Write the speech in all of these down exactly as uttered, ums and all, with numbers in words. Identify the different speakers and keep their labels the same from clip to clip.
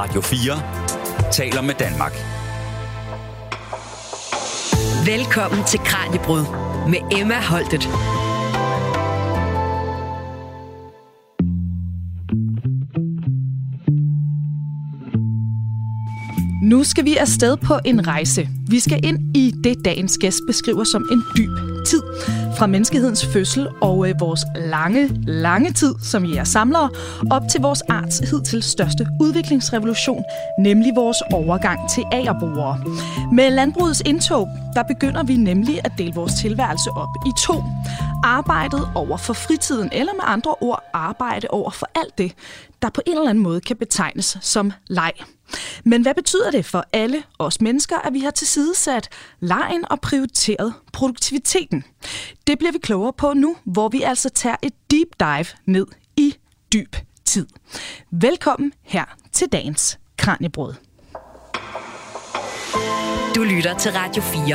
Speaker 1: Radio fire taler med Danmark.
Speaker 2: Velkommen til Kraniebrud med Emma Holtet.
Speaker 3: Nu skal vi afsted på en rejse. Vi skal ind i det, dagens gæst beskriver som en dyb tid. Fra menneskehedens fødsel og øh, vores lange, lange tid, som I er samlere, op til vores arts hidtil største udviklingsrevolution, nemlig vores overgang til agerboere. Med landbrugets indtog, der begynder vi nemlig at dele vores tilværelse op i to. Arbejdet over for fritiden, eller med andre ord arbejde over for alt det, der på en eller anden måde kan betegnes som leg. Men hvad betyder det for alle os mennesker, at vi har tilsidesat legen og prioriteret produktiviteten? Det bliver vi klogere på nu, hvor vi altså tager et deep dive ned i dyb tid. Velkommen her til dagens Kraniebrud.
Speaker 2: Du lytter til Radio fire.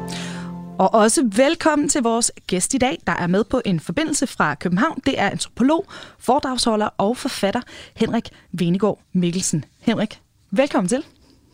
Speaker 3: Og også velkommen til vores gæst i dag, der er med på en forbindelse fra København. Det er antropolog, foredragsholder og forfatter Henrik Vennegaard Mikkelsen. Henrik, velkommen til.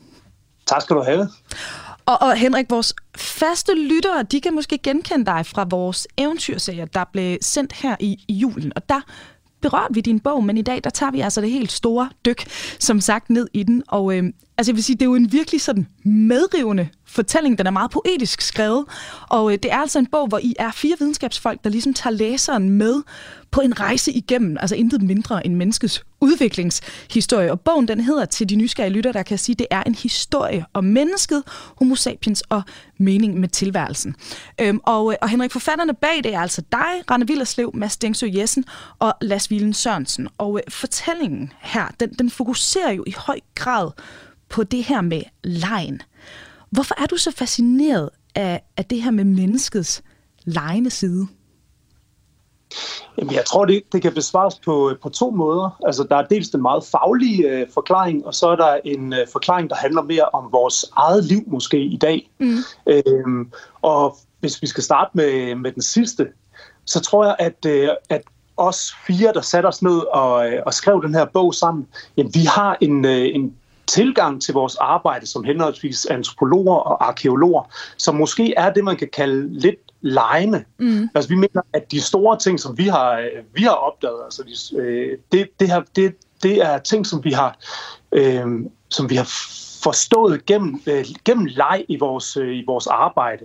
Speaker 4: Tak skal du have.
Speaker 3: Og, og Henrik, vores faste lyttere, de kan måske genkende dig fra vores eventyrserier, der blev sendt her i, i julen. Og der berørte vi din bog, men i dag der tager vi altså det helt store dyk, som sagt, ned i den. Og øh, altså jeg vil sige, det er jo en virkelig sådan medrivende fortælling. Den er meget poetisk skrevet, og øh, det er altså en bog, hvor I er fire videnskabsfolk, der ligesom tager læseren med på en rejse igennem, altså intet mindre end menneskets udviklingshistorie. Og bogen, den hedder, til de nysgerrige lytter, der kan sige, det er en historie om mennesket, homo sapiens og mening med tilværelsen. Øhm, og, og Henrik, forfatterne bag det er altså dig, Rane Willerslev, Mads Dengsø Jessen og Lars Hvilen Sørensen. Og øh, fortællingen her, den, den fokuserer jo i høj grad på det her med legen. Hvorfor er du så fascineret af, af det her med menneskets legende side?
Speaker 4: Jamen, jeg tror, det, det kan besvares på, på to måder. Altså, der er dels den meget faglige øh, forklaring, og så er der en øh, forklaring, der handler mere om vores eget liv måske i dag. Mm. Øhm, og hvis vi skal starte med, med den sidste, så tror jeg, at, øh, at os fire, der satte os ned og, øh, og skrev den her bog sammen, jamen, vi har en, øh, en tilgang til vores arbejde som henholdsvis antropologer og arkæologer, som måske er det, man kan kalde lidt legende. Mm. Altså vi mener, at de store ting, som vi har, vi har opdaget, altså de, øh, det, det, her, det, det er ting, som vi har, øh, som vi har forstået gennem, øh, gennem leg i vores, øh, i vores arbejde.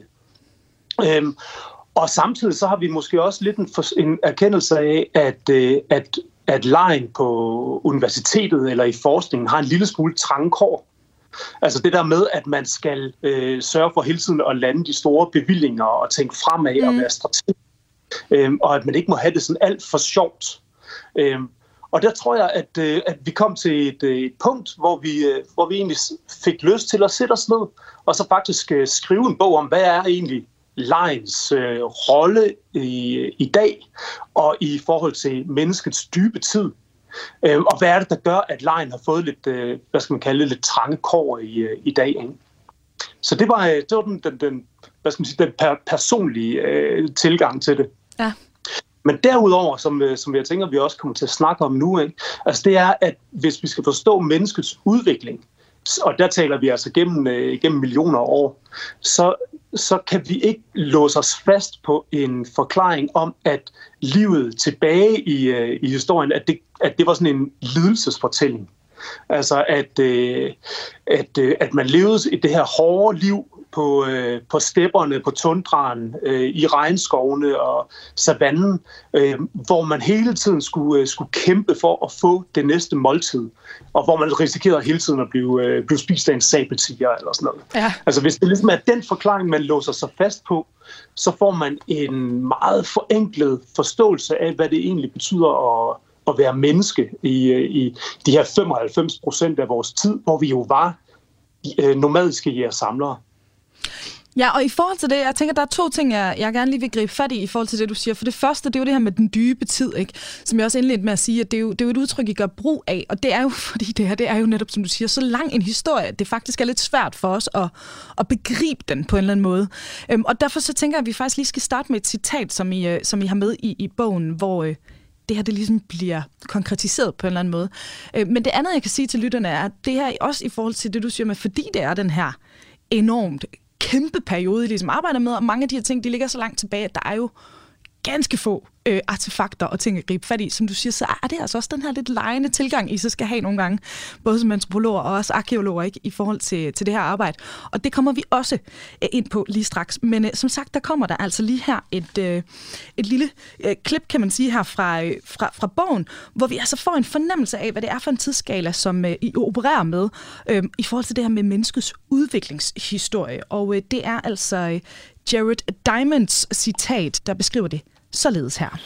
Speaker 4: Øh, og samtidig så har vi måske også lidt en, en erkendelse af, at, øh, at, at legen på universitetet eller i forskningen har en lille smule trangkår. Altså det der med, at man skal øh, sørge for hele tiden at lande de store bevillinger og tænke fremad mm. og være strategisk. Øhm, og at man ikke må have det sådan alt for sjovt. Øhm, og der tror jeg, at, øh, at vi kom til et, øh, et punkt, hvor vi, øh, hvor vi egentlig fik lyst til at sætte os ned og så faktisk øh, skrive en bog om, hvad er egentlig legens øh, rolle i, i dag og i forhold til menneskets dybe tid. Øh, og hvad er det, der gør, at legen har fået lidt, øh, hvad skal man kalde det, lidt trange kår i, øh, i dag, ikke? Så det var, det var den, den, den, hvad skal man sige, den per, personlige øh, tilgang til det. Ja. Men derudover, som, øh, som jeg tænker, vi også kommer til at snakke om nu, ikke? Altså det er, at hvis vi skal forstå menneskets udvikling, og der taler vi altså gennem, øh, gennem millioner af år, så, så kan vi ikke låse os fast på en forklaring om, at livet tilbage i, øh, i historien, at det, at det var sådan en lidelsesfortælling. Altså at, øh, at, øh, at man levede i det her hårde liv på, øh, på stepperne, på tundraen, øh, i regnskovene og savannen, øh, hvor man hele tiden skulle, øh, skulle kæmpe for at få det næste måltid, og hvor man risikerede hele tiden at blive, øh, blive spist af en sabeltiger eller sådan noget. Ja. Altså hvis det ligesom er den forklaring, man låser sig fast på, så får man en meget forenklet forståelse af, hvad det egentlig betyder at, at være menneske i, i de her femoghalvfems procent af vores tid, hvor vi jo var nomadiske jægersamlere.
Speaker 3: Ja, og i forhold til det, jeg tænker, der er to ting, jeg, jeg gerne lige vil gribe fat i, i forhold til det, du siger. For det første, det er jo det her med den dybe tid, ikke? Som jeg også indledte med at sige, at det er, jo, det er jo et udtryk, I gør brug af. Og det er jo, fordi det her, det er jo netop, som du siger, så lang en historie, at det faktisk er lidt svært for os at, at begribe den på en eller anden måde. Øhm, og derfor så tænker jeg, at vi faktisk lige skal starte med et citat, som I, som I har med i, i bogen, hvor, det her det ligesom bliver konkretiseret på en eller anden måde. Øh, men det andet, jeg kan sige til lytterne, er, at det her også i forhold til det, du siger med, fordi det er den her enormt kæmpe periode, I ligesom arbejder med, og mange af de her ting, de ligger så langt tilbage, at der er jo ganske få øh, artefakter og ting at gribe fat i. Som du siger, så er det altså også den her lidt legende tilgang, I så skal have nogle gange, både som antropologer og også arkeologer, ikke, i forhold til, til det her arbejde. Og det kommer vi også øh, ind på lige straks. Men øh, som sagt, der kommer der altså lige her et, øh, et lille øh, klip, kan man sige, her fra, øh, fra, fra bogen, hvor vi altså får en fornemmelse af, hvad det er for en tidsskala, som øh, I opererer med, øh, i forhold til det her med menneskets udviklingshistorie. Og øh, det er altså øh, Jared Diamonds citat, der beskriver det således her.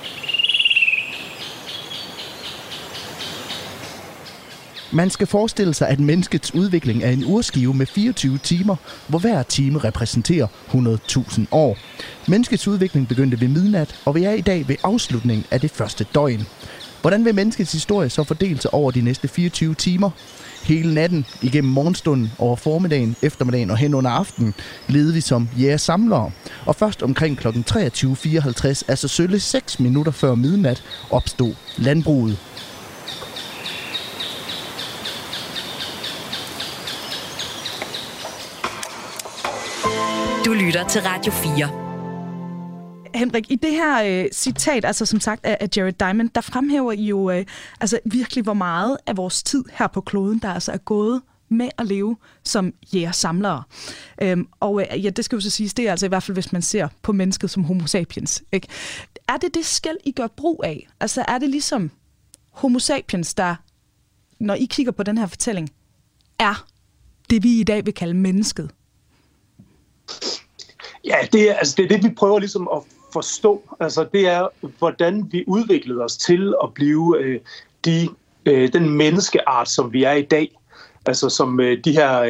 Speaker 5: Man skal forestille sig, at menneskets udvikling er en urskive med fireogtyve timer, hvor hver time repræsenterer hundrede tusind år. Menneskets udvikling begyndte ved midnat, og vi er i dag ved afslutningen af det første døgn. Hvordan vil menneskets historie så fordele sig over de næste fireogtyve timer? Hele natten, igennem morgenstunden, over formiddagen, eftermiddagen og hen under aftenen, levede vi som jægersamlere. Og først omkring klokken treogtyve fireoghalvtreds, altså sølle seks minutter før midnat, opstod landbruget.
Speaker 2: Du lytter til Radio fire.
Speaker 3: Henrik, i det her øh, citat, altså som sagt af, af Jared Diamond, der fremhæver I jo øh, altså virkelig, hvor meget af vores tid her på kloden, der altså er gået med at leve som jægersamlere. Øhm, og øh, ja, det skal jo så siges, det er altså i hvert fald, hvis man ser på mennesket som homo sapiens. Ikke? Er det det skel, I gør brug af? Altså er det ligesom homo sapiens, der, når I kigger på den her fortælling, er det, vi i dag vil kalde mennesket?
Speaker 4: Ja, det er, altså, det er det, vi prøver ligesom at forstå. Altså, det er, hvordan vi udviklede os til at blive øh, de, øh, den menneskeart, som vi er i dag. Altså som øh, de her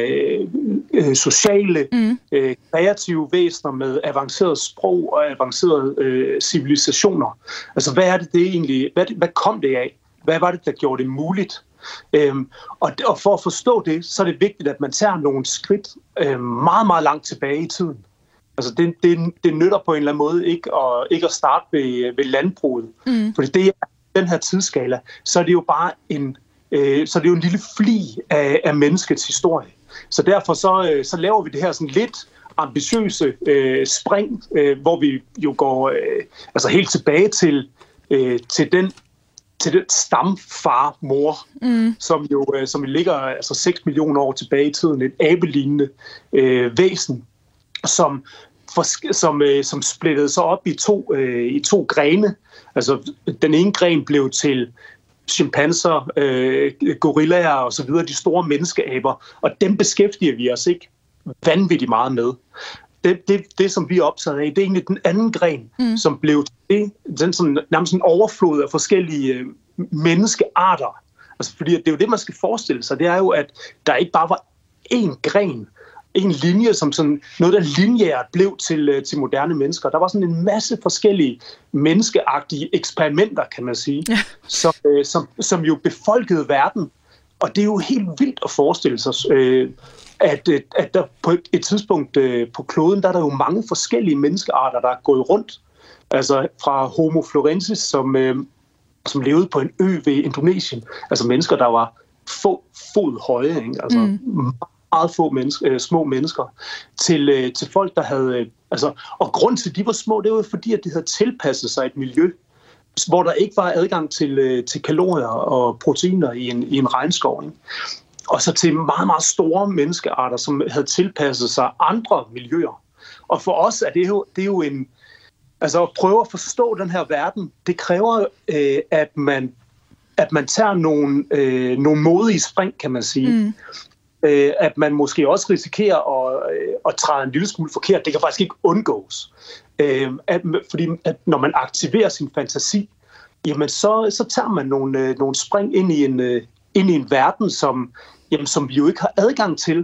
Speaker 4: øh, sociale, mm. øh, kreative væsener med avanceret sprog og avancerede øh, civilisationer. Altså, hvad er det, det egentlig, hvad, hvad kom det af? Hvad var det, der gjorde det muligt? Øhm, og, og for at forstå det, så er det vigtigt, at man tager nogle skridt øh, meget, meget langt tilbage i tiden. Altså det, det, det nytter på en eller anden måde ikke at, ikke at starte ved, ved landbruget. Mm. Fordi det er den her tidsskala, så er det jo bare en, øh, så er det jo en lille fli af, af menneskets historie. Så derfor så, øh, så laver vi det her sådan lidt ambitiøse øh, spring, øh, hvor vi jo går øh, altså helt tilbage til, øh, til den til den stamfar-mor, mm. som jo øh, som ligger altså seks millioner år tilbage i tiden, et abelignende øh, væsen, som, for, som, øh, som splittede sig op i to, øh, i to grene. Altså, den ene gren blev til chimpanser, øh, gorillaer og så videre, de store menneskeaber, og dem beskæftiger vi os ikke vanvittigt meget med. Det, det, det som vi er optaget af, det er egentlig den anden gren, mm. som blev det, den sådan, nærmest en overflod af forskellige øh, menneskearter. Altså, fordi det er jo det, man skal forestille sig, det er jo, at der ikke bare var én gren, en linje, som sådan noget, der lineært blev til, til moderne mennesker. Der var sådan en masse forskellige menneskeagtige eksperimenter, kan man sige, ja. som, øh, som, som jo befolkede verden. Og det er jo helt vildt at forestille sig, øh, at, at der på et, et tidspunkt øh, på kloden, der er der jo mange forskellige menneskearter, der er gået rundt. Altså fra Homo florensis, som, øh, som levede på en ø ved Indonesien. Altså mennesker, der var få fod høje, ikke? Altså mm. meget få mennesker, øh, små mennesker, til, øh, til folk, der havde... Øh, altså, og grund til, at de var små, det var fordi, at de havde tilpasset sig et miljø, hvor der ikke var adgang til, øh, til kalorier og proteiner i en, i en regnskov. Ikke? Og så til meget, meget store menneskearter, som havde tilpasset sig andre miljøer. Og for os er det jo, det er jo en... Altså at prøve at forstå den her verden, det kræver, øh, at, man, at man tager nogle, øh, nogle modige spring, kan man sige. Mm. Øh, at man måske også risikerer at, øh, at træde en lille smule forkert. Det kan faktisk ikke undgås. Øh, at, fordi at når man aktiverer sin fantasi, jamen så, så tager man nogle, øh, nogle spring ind i en, øh, ind i en verden, som, jamen, som vi jo ikke har adgang til,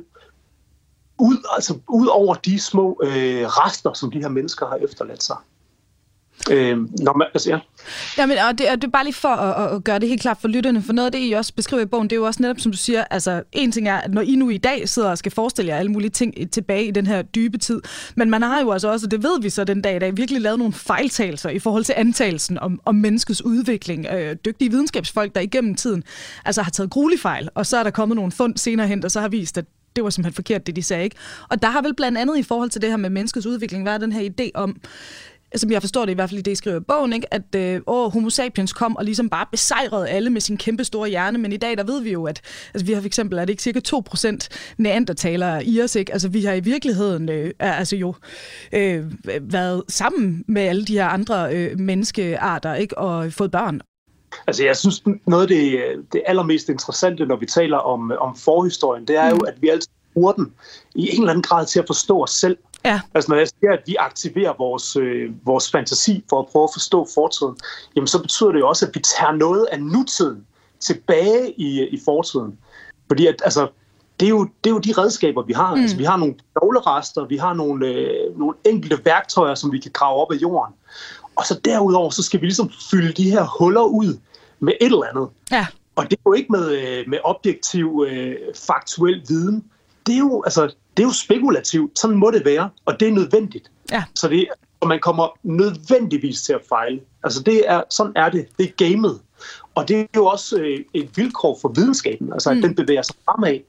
Speaker 4: ud, altså, ud over de små øh, rester, som de her mennesker har efterladt sig. Øh, når man, altså, ja.
Speaker 3: Jamen, og det, og det er bare lige for at, at gøre det helt klart for lytterne, for noget af det, I også beskriver i bogen, det er jo også netop, som du siger, altså en ting er, at når I nu i dag sidder og skal forestille jer alle mulige ting tilbage i den her dybe tid, men man har jo altså også, og det ved vi så den dag i dag, virkelig lavet nogle fejltagelser i forhold til antagelsen om, om menneskets udvikling. Øh, dygtige videnskabsfolk, der igennem tiden altså har taget gruelige fejl, og så er der kommet nogle fund senere hen, der så har vist, at det var simpelthen forkert, det de sagde, ikke? Og der har vel blandt andet i forhold til det her med menneskets udvikling været den her idé om, som jeg forstår det i hvert fald i det, jeg skriver i bogen, ikke? At øh, åh, Homo sapiens kom og ligesom bare besejrede alle med sin kæmpe store hjerne, men i dag, der ved vi jo, at altså, vi har for eksempel, er det ikke cirka to procent neandertalere i os, ikke? Altså vi har i virkeligheden øh, altså jo øh, været sammen med alle de her andre øh, menneskearter, ikke? Og fået børn.
Speaker 4: Altså jeg synes, noget af det, det allermest interessante, når vi taler om, om forhistorien, det er jo, at vi altid bruger den i en eller anden grad til at forstå os selv.
Speaker 3: Ja.
Speaker 4: Altså når jeg siger, at vi aktiverer vores, øh, vores fantasi for at prøve at forstå fortiden, jamen så betyder det jo også, at vi tager noget af nutiden tilbage i, i fortiden. Fordi at, altså, det, er jo, det er jo de redskaber, vi har. Mm. Altså, vi har nogle knoglerester, vi har nogle, øh, nogle enkelte værktøjer, som vi kan grave op af jorden. Og så derudover, så skal vi ligesom fylde de her huller ud med et eller andet.
Speaker 3: Ja. Og
Speaker 4: det er jo ikke med, med objektiv, øh, faktuel viden. Det er jo, altså, det er jo spekulativt. Sådan må det være, og det er nødvendigt.
Speaker 3: Ja.
Speaker 4: Så det, og man kommer nødvendigvis til at fejle. Altså det er, sådan er det. Det er gamet. Og det er jo også øh, et vilkår for videnskaben, altså at mm. den bevæger sig fremad.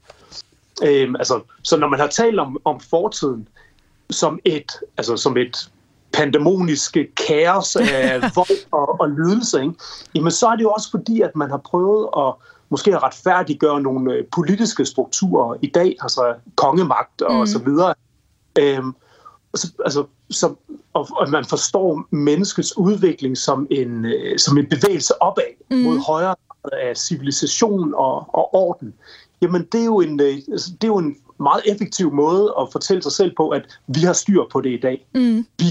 Speaker 4: Øhm, altså, så når man har talt om, om fortiden som et, altså som et pandemoniske kaos af vold og, og lidelse, ikke? Jamen så er det jo også fordi, at man har prøvet at måske at retfærdiggøre nogle øh, politiske strukturer i dag, altså kongemagt og mm. så videre. Øhm, så, altså, så, og, og man forstår menneskets udvikling som en, øh, som en bevægelse opad mm. mod højere af civilisation og, og orden. Jamen det er jo en, øh, det er jo en meget effektiv måde at fortælle sig selv på, at vi har styr på det i dag. Mm. Vi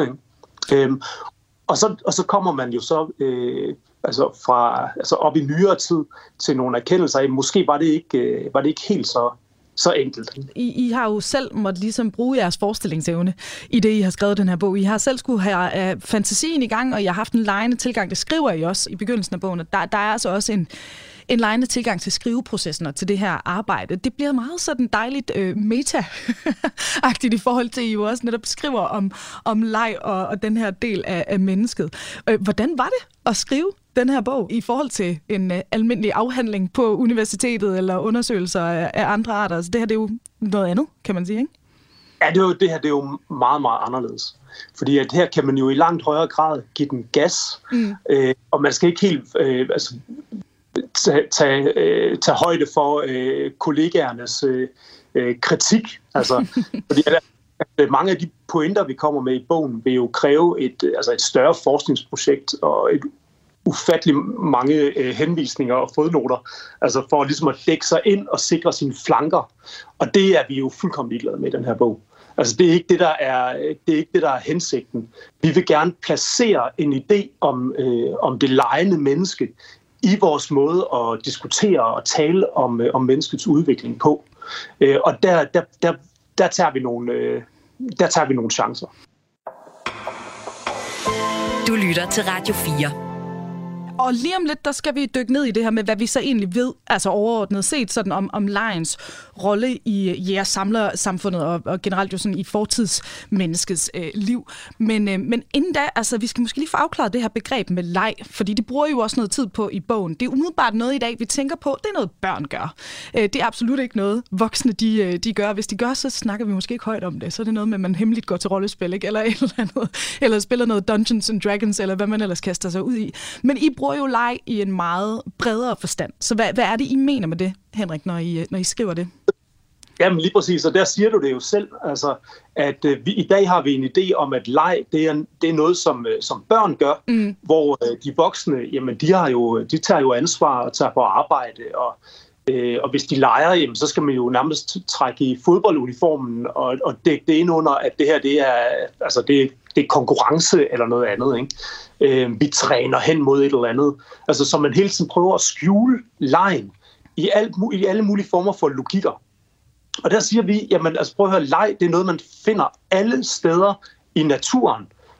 Speaker 4: Øhm, og, så, og så kommer man jo så øh, altså fra altså op i nyere tid til nogle erkendelser af, måske var det ikke, øh, var det ikke helt så, så enkelt.
Speaker 3: I, I har jo selv måtte ligesom bruge jeres forestillingsevne i det, I har skrevet den her bog. I har selv skulle have uh, fantasien i gang, og I har haft en legende tilgang. Det skriver I også i begyndelsen af bogen. Der, der er altså også en en legende tilgang til skriveprocessen og til det her arbejde. Det bliver meget sådan dejligt øh, meta-agtigt i forhold til, at I jo også netop skriver om, om leg og, og den her del af, af mennesket. Øh, hvordan var det at skrive den her bog i forhold til en øh, almindelig afhandling på universitetet eller undersøgelser af, af andre arter? Altså, det her det er jo noget andet, kan man sige, ikke?
Speaker 4: Ja, det, er jo, det her det er jo meget, meget anderledes. Fordi at her kan man jo i langt højere grad give den gas, mm. øh, og man skal ikke helt... Øh, altså, tage, tage, øh, tage højde for øh, kollegaernes øh, kritik. Altså, fordi at, at mange af de pointer, vi kommer med i bogen, vil jo kræve et, altså et større forskningsprojekt og et ufattelig mange øh, henvisninger og fodnoter, altså for ligesom at dække sig ind og sikre sine flanker. Og det er vi jo fuldkommen ligeglade med i den her bog. Altså det er ikke det, der er, det er ikke det, der er hensigten. Vi vil gerne placere en idé om, øh, om det legende menneske i vores måde at diskutere og tale om, om menneskets udvikling på. Øh, og der, der, der, der, tager vi nogle, øh, der tager vi nogle chancer.
Speaker 2: Du lytter til Radio fire.
Speaker 3: Og lige om lidt, der skal vi dykke ned i det her med, hvad vi så egentlig ved, altså overordnet set, sådan om, om legens rolle i jægersamlersamfundet og, og generelt jo sådan i fortidsmenneskets øh, liv. Men, øh, men inden da, altså vi skal måske lige få afklaret det her begreb med leg, fordi det bruger jo også noget tid på i bogen. Det er umiddelbart noget i dag, vi tænker på, det er noget børn gør. Øh, det er absolut ikke noget, voksne de, de gør. Hvis de gør, så snakker vi måske ikke højt om det. Så er det noget med, at man hemmeligt går til rollespil, ikke? Eller et eller andet, eller spiller noget Dungeons and Dragons, eller hvad man ellers kaster sig ud i. Men I bruger jo leg i en meget bredere forstand. Så hvad, hvad er det, I mener med det, Henrik, når I, når I skriver det?
Speaker 4: Jamen lige præcis, og der siger du det jo selv, altså, at øh, vi, i dag har vi en idé om, at leg, det er, det er noget, som, øh, som børn gør, mm. hvor øh, de voksne, jamen de, har jo, de tager jo ansvar og tager på arbejde, og, øh, og hvis de leger, jamen, så skal man jo nærmest trække i fodbolduniformen og, og dække det ind under, at det her det er, altså, det, det er konkurrence eller noget andet, ikke? Øh, vi træner hen mod et eller andet. Altså, så man hele tiden prøver at skjule legen i, alt, i alle mulige former for logikker. Og der siger vi, jamen altså prøv at høre, leg, det er noget, man finder alle steder i naturen.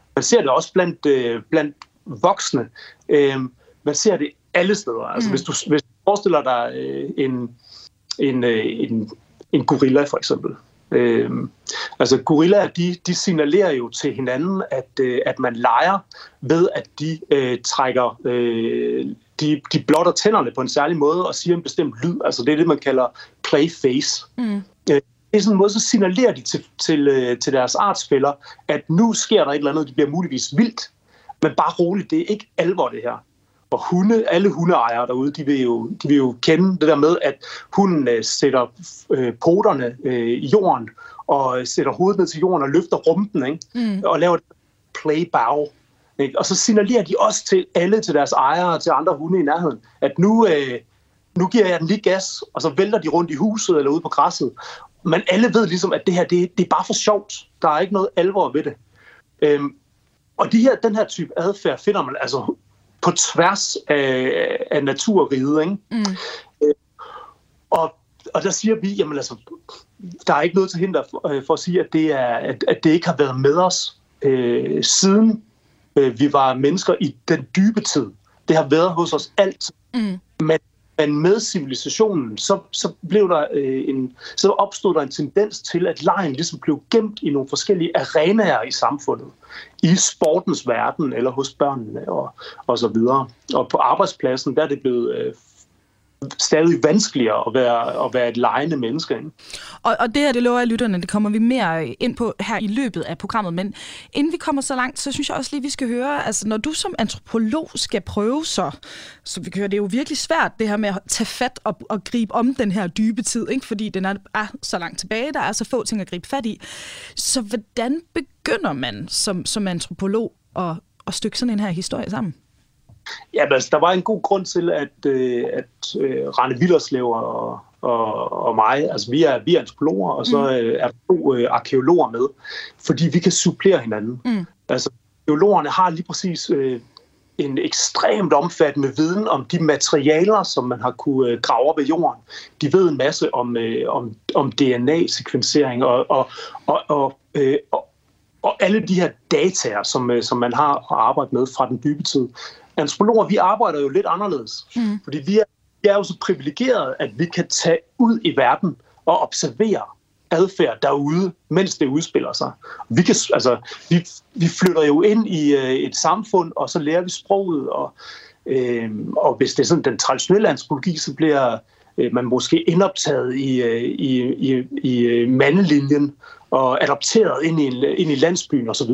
Speaker 4: Man ser det også blandt, øh, blandt voksne. Øh, man ser det alle steder. Altså, mm. hvis, du, hvis du forestiller dig øh, en, en, øh, en, en gorilla, for eksempel. Øh, altså, gorillaer, de, de signalerer jo til hinanden, at, øh, at man leger ved, at de øh, trækker... Øh, de, de blotter tænderne på en særlig måde og siger en bestemt lyd. Altså, det er det, man kalder play face. Mm. Det er sådan en måde, så signalerer de til, til, til deres artsfæller, at nu sker der et eller andet, det bliver muligvis vildt, men bare roligt, det er ikke alvor det her. Og hunde, alle hundeejere derude, de vil, jo, de vil jo kende det der med, at hunden øh, sætter øh, poterne øh, i jorden, og sætter hovedet ned til jorden og løfter rumpen, ikke? Mm. Og laver et play bow. Ikke? Og så signalerer de også til alle, til deres ejere og til andre hunde i nærheden, at nu... Øh, Nu giver jeg den lige gas, og så vælter de rundt i huset eller ude på græsset. Men alle ved ligesom, at det her, det, det er bare for sjovt. Der er ikke noget alvor ved det. Øhm, og de her, den her type adfærd finder man altså på tværs af, af naturriget. Ikke? Mm. Øh, og, og der siger vi, jamen altså, der er ikke noget til hinder for, øh, for at sige, at det, er, at, at det ikke har været med os øh, siden øh, vi var mennesker i den dybe tid. Det har været hos os altid. Mm. Men Men med civilisationen, så, så, blev der, øh, en, så opstod der en tendens til, at legen ligesom blev gemt i nogle forskellige arenaer i samfundet. I sportens verden, eller hos børnene, og, og så videre. Og på arbejdspladsen, der er det blevet øh, stadig vanskeligere at være, at være et legende menneske. Ikke?
Speaker 3: Og, og det her, det lover jeg lytterne, det kommer vi mere ind på her i løbet af programmet. Men inden vi kommer så langt, så synes jeg også lige, vi skal høre, altså når du som antropolog skal prøve så, så vi kan høre, det er jo virkelig svært, det her med at tage fat og, og gribe om den her dybe tid, ikke? Fordi den er, er så langt tilbage, der er så få ting at gribe fat i. Så hvordan begynder man som, som antropolog at, at stykke sådan en her historie sammen?
Speaker 4: Ja, men altså, der var en god grund til, at, øh, at øh, Rane Willerslev og, og, og mig, altså vi er, vi er antropologer, og så øh, er der to øh, arkæologer med, fordi vi kan supplere hinanden. Mm. Altså, arkæologerne har lige præcis øh, en ekstremt omfattende viden om de materialer, som man har kunne øh, grave op af jorden. De ved en masse om, øh, om, om D N A-sekvensering og, og, og, og, øh, og, og alle de her dataer, som, øh, som man har at arbejde med fra den dybe tid. Antropologer, vi arbejder jo lidt anderledes, mm. fordi vi er, vi er jo så privilegerede, at vi kan tage ud i verden og observere adfærd derude, mens det udspiller sig. Vi, kan, altså, vi, vi flytter jo ind i øh, et samfund, og så lærer vi sproget, og, øh, og hvis det er sådan den traditionelle antropologi, så bliver øh, man måske indoptaget i, øh, i, i, i mandelinjen og adopteret ind i, ind i landsbyen osv.,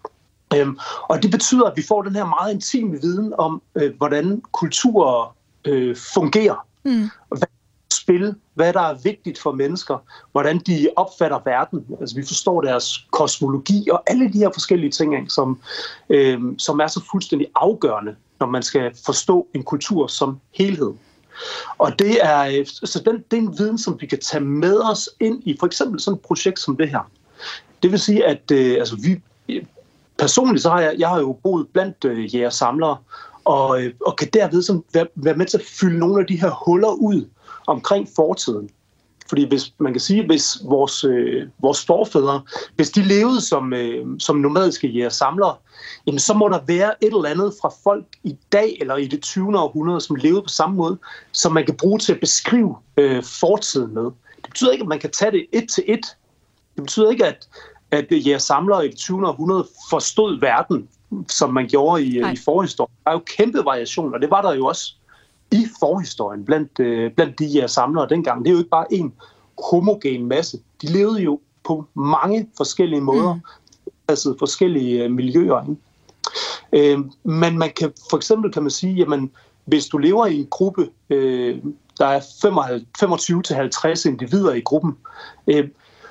Speaker 4: Øhm, og det betyder, at vi får den her meget intime viden om, øh, hvordan kulturer øh, fungerer. Mm. Hvad spil, hvad der er vigtigt for mennesker, hvordan de opfatter verden. Altså vi forstår deres kosmologi og alle de her forskellige ting, som, øh, som er så fuldstændig afgørende, når man skal forstå en kultur som helhed. Og det er, så den, det er en viden, som vi kan tage med os ind i for eksempel sådan et projekt som det her. Det vil sige, at øh, altså vi personligt så har jeg, jeg har jo boet blandt øh, jægersamlere, og, øh, og kan derved sådan være, være med til at fylde nogle af de her huller ud omkring fortiden. Fordi hvis man kan sige, hvis vores, øh, vores forfædre, hvis de levede som, øh, som nomadiske jægersamlere, jamen så må der være et eller andet fra folk i dag eller i det tyvende århundrede, som levede på samme måde, som man kan bruge til at beskrive øh, fortiden med. Det betyder ikke, at man kan tage det et til et. Det betyder ikke, at at jægersamlere i det tyvende århundrede forstod verden, som man gjorde i, i forhistorien. Der er jo kæmpe variation, og det var der jo også i forhistorien blandt, øh, blandt de jægersamlere dengang. Det er jo ikke bare en homogen masse. De levede jo på mange forskellige måder, mm. altså forskellige øh, miljøer. Ikke? Øh, men man kan, for eksempel kan man sige, jamen, hvis du lever i en gruppe, øh, der er femogtyve til halvtreds individer i gruppen, øh,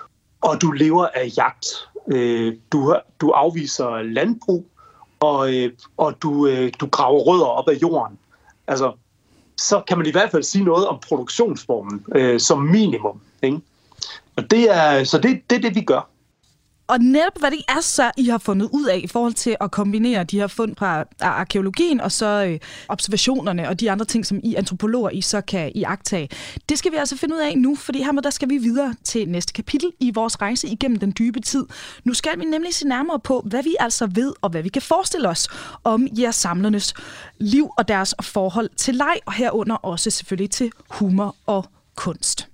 Speaker 4: og du lever af jagt, øh, du, du afviser landbrug, og, øh, og du, øh, du graver rødder op af jorden. Altså, så kan man i hvert fald sige noget om produktionsformen øh, som minimum. Ikke? Og det er, så det, det er det, vi gør.
Speaker 3: Og netop hvad det er så, I har fundet ud af i forhold til at kombinere de her fund fra arkæologien og så øh, observationerne og de andre ting, som I antropologer I så kan iagttage. Det skal vi altså finde ud af nu, fordi hermed der skal vi videre til næste kapitel i vores rejse igennem den dybe tid. Nu skal vi nemlig se nærmere på, hvad vi altså ved og hvad vi kan forestille os om jægersamlernes liv og deres forhold til leg, og herunder også selvfølgelig til humor og kunst.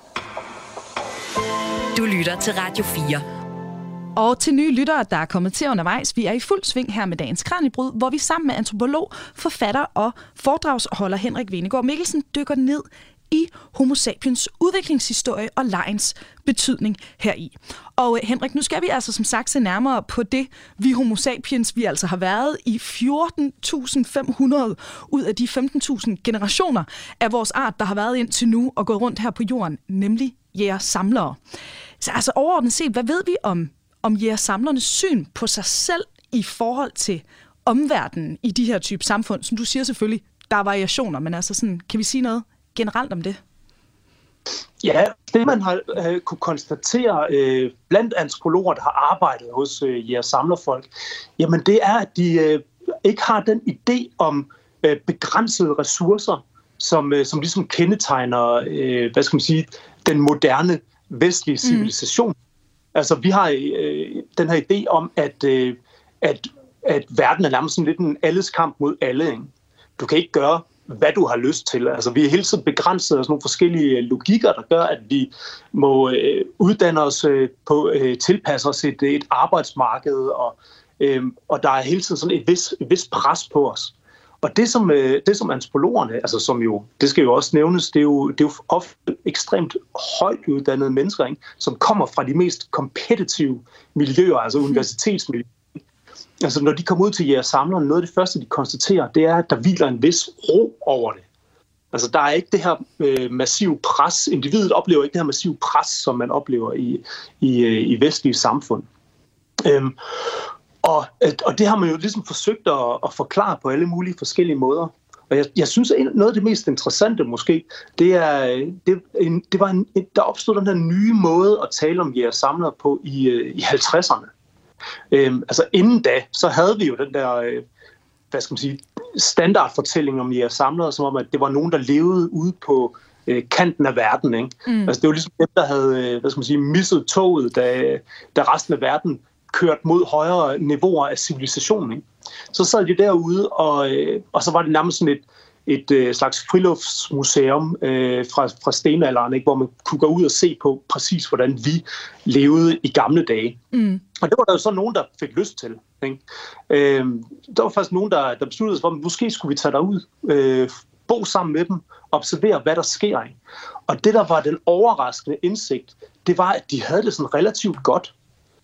Speaker 2: Du lytter til Radio fire.
Speaker 3: Og til nye lyttere, der er kommet til undervejs, vi er i fuld sving her med dagens Kraniebrud, hvor vi sammen med antropolog, forfatter og foredragsholder Henrik Vennegaard Mikkelsen dykker ned i Homo sapiens udviklingshistorie og legens betydning heri. Og Henrik, nu skal vi altså som sagt se nærmere på det, vi Homo sapiens, vi altså har været i fjorten tusind fem hundrede ud af de femten tusind generationer af vores art, der har været indtil nu og gået rundt her på jorden, nemlig jæger-samlere. Så altså overordnet set, hvad ved vi om, om jæger-samlernes syn på sig selv i forhold til omverdenen i de her type samfund? Som du siger selvfølgelig, der er variationer, men altså sådan, kan vi sige noget generelt om det?
Speaker 4: Ja, det man har øh, kunne konstatere øh, blandt antropologer, der har arbejdet hos øh, jæger-samlerfolk, jamen det er, at de øh, ikke har den idé om øh, begrænsede ressourcer, som, øh, som ligesom kendetegner, øh, hvad skal man sige, den moderne vestlige civilisation. Mm. Altså, vi har øh, den her idé om, at, øh, at, at verden er nærmest sådan lidt en alles kamp mod alle. Ikke? Du kan ikke gøre, hvad du har lyst til. Altså, vi er hele tiden begrænset af sådan nogle forskellige logikker, der gør, at vi må øh, uddanne os øh, på, øh, tilpasse os et, et arbejdsmarked, og, øh, og der er hele tiden sådan et vis, et vis pres på os. Og det som, det som antropologerne, altså som jo, det skal jo også nævnes, det er jo, det er jo ofte ekstremt højt uddannede mennesker, ikke? Som kommer fra de mest kompetitive miljøer, altså universitetsmiljøer. Altså når de kommer ud til jægersamlerne, noget af det første, de konstaterer, det er, at der hviler en vis ro over det. Altså der er ikke det her øh, massive pres, individet oplever ikke det her massive pres, som man oplever i, i, i vestlige samfund. Øhm, Og, og det har man jo ligesom forsøgt at, at forklare på alle mulige forskellige måder. Og jeg, jeg synes, at noget af det mest interessante måske, det er, det, en, det var en, der opstod den her nye måde at tale om jæger-samlere på i, i halvtredserne. Øhm, altså inden da, så havde vi jo den der, hvad skal man sige, standardfortælling om jæger-samlere, som om, at det var nogen, der levede ude på øh, kanten af verden. Ikke? Mm. Altså det var ligesom dem, der havde, hvad skal man sige, misset toget, da, da resten af verden kørt mod højere niveauer af civilisation. Ikke? Så sad de derude, og, øh, og så var det nærmest sådan et, et øh, slags friluftsmuseum øh, fra, fra stenalderen, ikke? Hvor man kunne gå ud og se på præcis, hvordan vi levede i gamle dage. Mm. Og det var der jo så nogen, der fik lyst til. Ikke? Øh, der var faktisk nogen, der, der besluttede sig for, at måske skulle vi tage derud, øh, bo sammen med dem, observere, hvad der sker. Ikke? Og det, der var den overraskende indsigt, det var, at de havde det sådan relativt godt.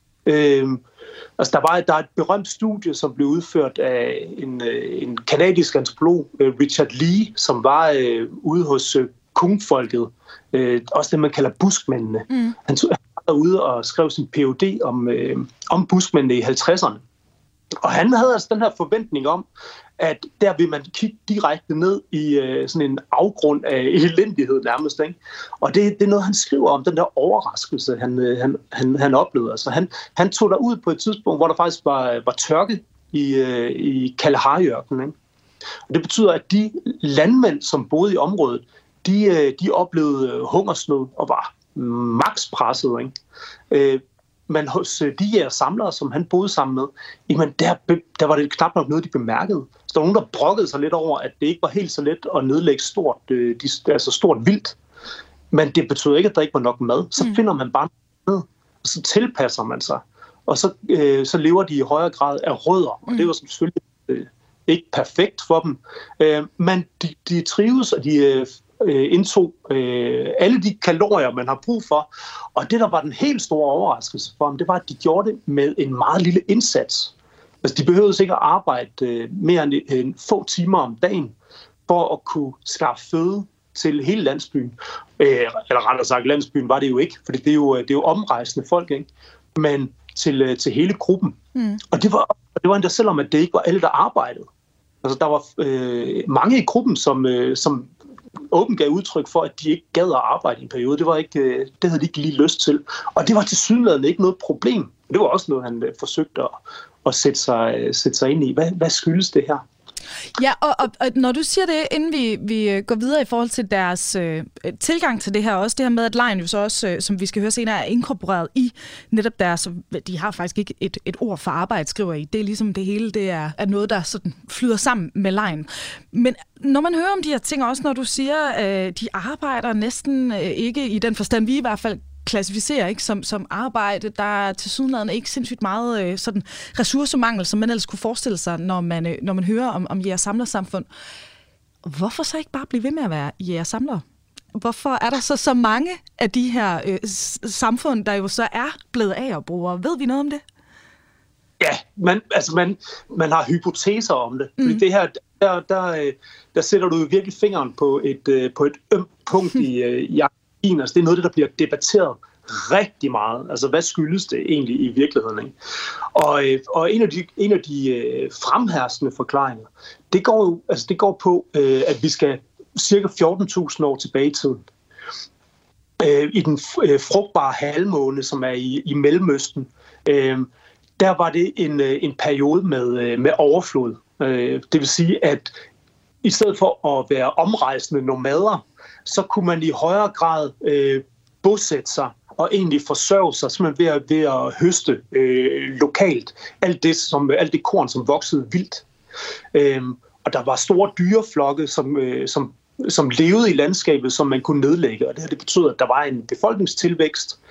Speaker 4: Øhm, altså der var der er et berømt studie, som blev udført af en, en kanadisk antropolog, Richard Lee, som var øh, ude hos øh, kungfolket, øh, også det man kalder buskmændene. Mm. Han tog derude og skrev sin P H D om, øh, om buskmændene i halvtredserne. Og han havde altså den her forventning om, at der vil man kigge direkte ned i øh, sådan en afgrund af elendighed nærmest. Ikke? Og det, det er noget, han skriver om, den der overraskelse, han, øh, han, han, han oplevede. Altså, han, han tog derud på et tidspunkt, hvor der faktisk var, var tørke i, øh, i Kalahari-ørkenen. Ikke? Og det betyder, at de landmænd, som boede i området, de, øh, de oplevede hungersnød og var maks presset. Ikke? Øh, Men hos de her samlere, som han boede sammen med, jamen der, der var det knap nok noget, de bemærkede. Så der var nogen, der brokkede sig lidt over, at det ikke var helt så let at nedlægge stort, altså stort vildt. Men det betød ikke, at der ikke var nok mad. Så mm. finder man bare noget, og så tilpasser man sig. Og så, øh, så lever de i højere grad af rødder, og mm. det var selvfølgelig øh, ikke perfekt for dem. Øh, men de, de trives, og de øh, indtog øh, alle de kalorier, man har brug for. Og det, der var den helt store overraskelse for dem, det var, at de gjorde det med en meget lille indsats. Altså, de behøvede ikke at arbejde øh, mere end en få timer om dagen, for at kunne skaffe føde til hele landsbyen. Øh, eller rettere sagt, landsbyen var det jo ikke, for det er jo, det er jo omrejsende folk, ikke? Men til, til hele gruppen. Mm. Og det var, det var endda selvom, at det ikke var alle, der arbejdede. Altså, der var øh, mange i gruppen, som, øh, som åben gav udtryk for, at de ikke gad at arbejde i en periode. Det, var ikke, det havde de ikke lige lyst til. Og det var tilsyneladende ikke noget problem Det var også noget, han øh, forsøgte at, at sætte, sig, øh, sætte sig ind i. Hvad, hvad skyldes det her?
Speaker 3: Ja, og, og, og når du siger det, inden vi, vi går videre i forhold til deres øh, tilgang til det her, også det her med, at legen jo så også, øh, som vi skal høre senere, er inkorporeret i netop deres, de har faktisk ikke et, et ord for arbejde, skriver I. Det er ligesom det hele, det er, er noget, der sådan flyder sammen med legen. Men når man hører om de her ting, også når du siger, øh, de arbejder næsten øh, ikke i den forstand, vi i hvert fald klassificerer ikke som, som arbejde. Der er tilsyneladende ikke sindssygt meget øh, sådan ressourcemangel, som man ellers kunne forestille sig, når man, øh, når man hører om, om jægersamlersamfund. Hvorfor så ikke bare blive ved med at være jægersamlere? Hvorfor er der så så mange af de her øh, samfund, der jo så er blevet agerbrugere? Ved vi noget om det?
Speaker 4: Ja, man, altså man, man har hypoteser om det. Mm. Fordi det her, der, der, der sætter du jo virkelig fingeren på et, på et ømt punkt i, i Altså, det er noget, der bliver debatteret rigtig meget. Altså, hvad skyldes det egentlig i virkeligheden? Ikke? Og, og en af de, en af de øh, fremherskende forklaringer, det går jo altså, det går på, øh, at vi skal cirka fjorten tusind år tilbage i tiden. Øh, I den øh, frugtbare halvmåne, som er i, i Mellemøsten, øh, der var det en, øh, en periode med, øh, med overflod. Øh, det vil sige, at i stedet for at være omrejsende nomader, så kunne man i højere grad øh, bosætte sig og egentlig forsørge sig simpelthen ved at, ved at høste øh, lokalt alt det, som, alt det korn, som voksede vildt. Øhm, og der var store dyreflokke, som, øh, som, som levede i landskabet, som man kunne nedlægge. Og det her det betød, at der var en befolkningstilvækst.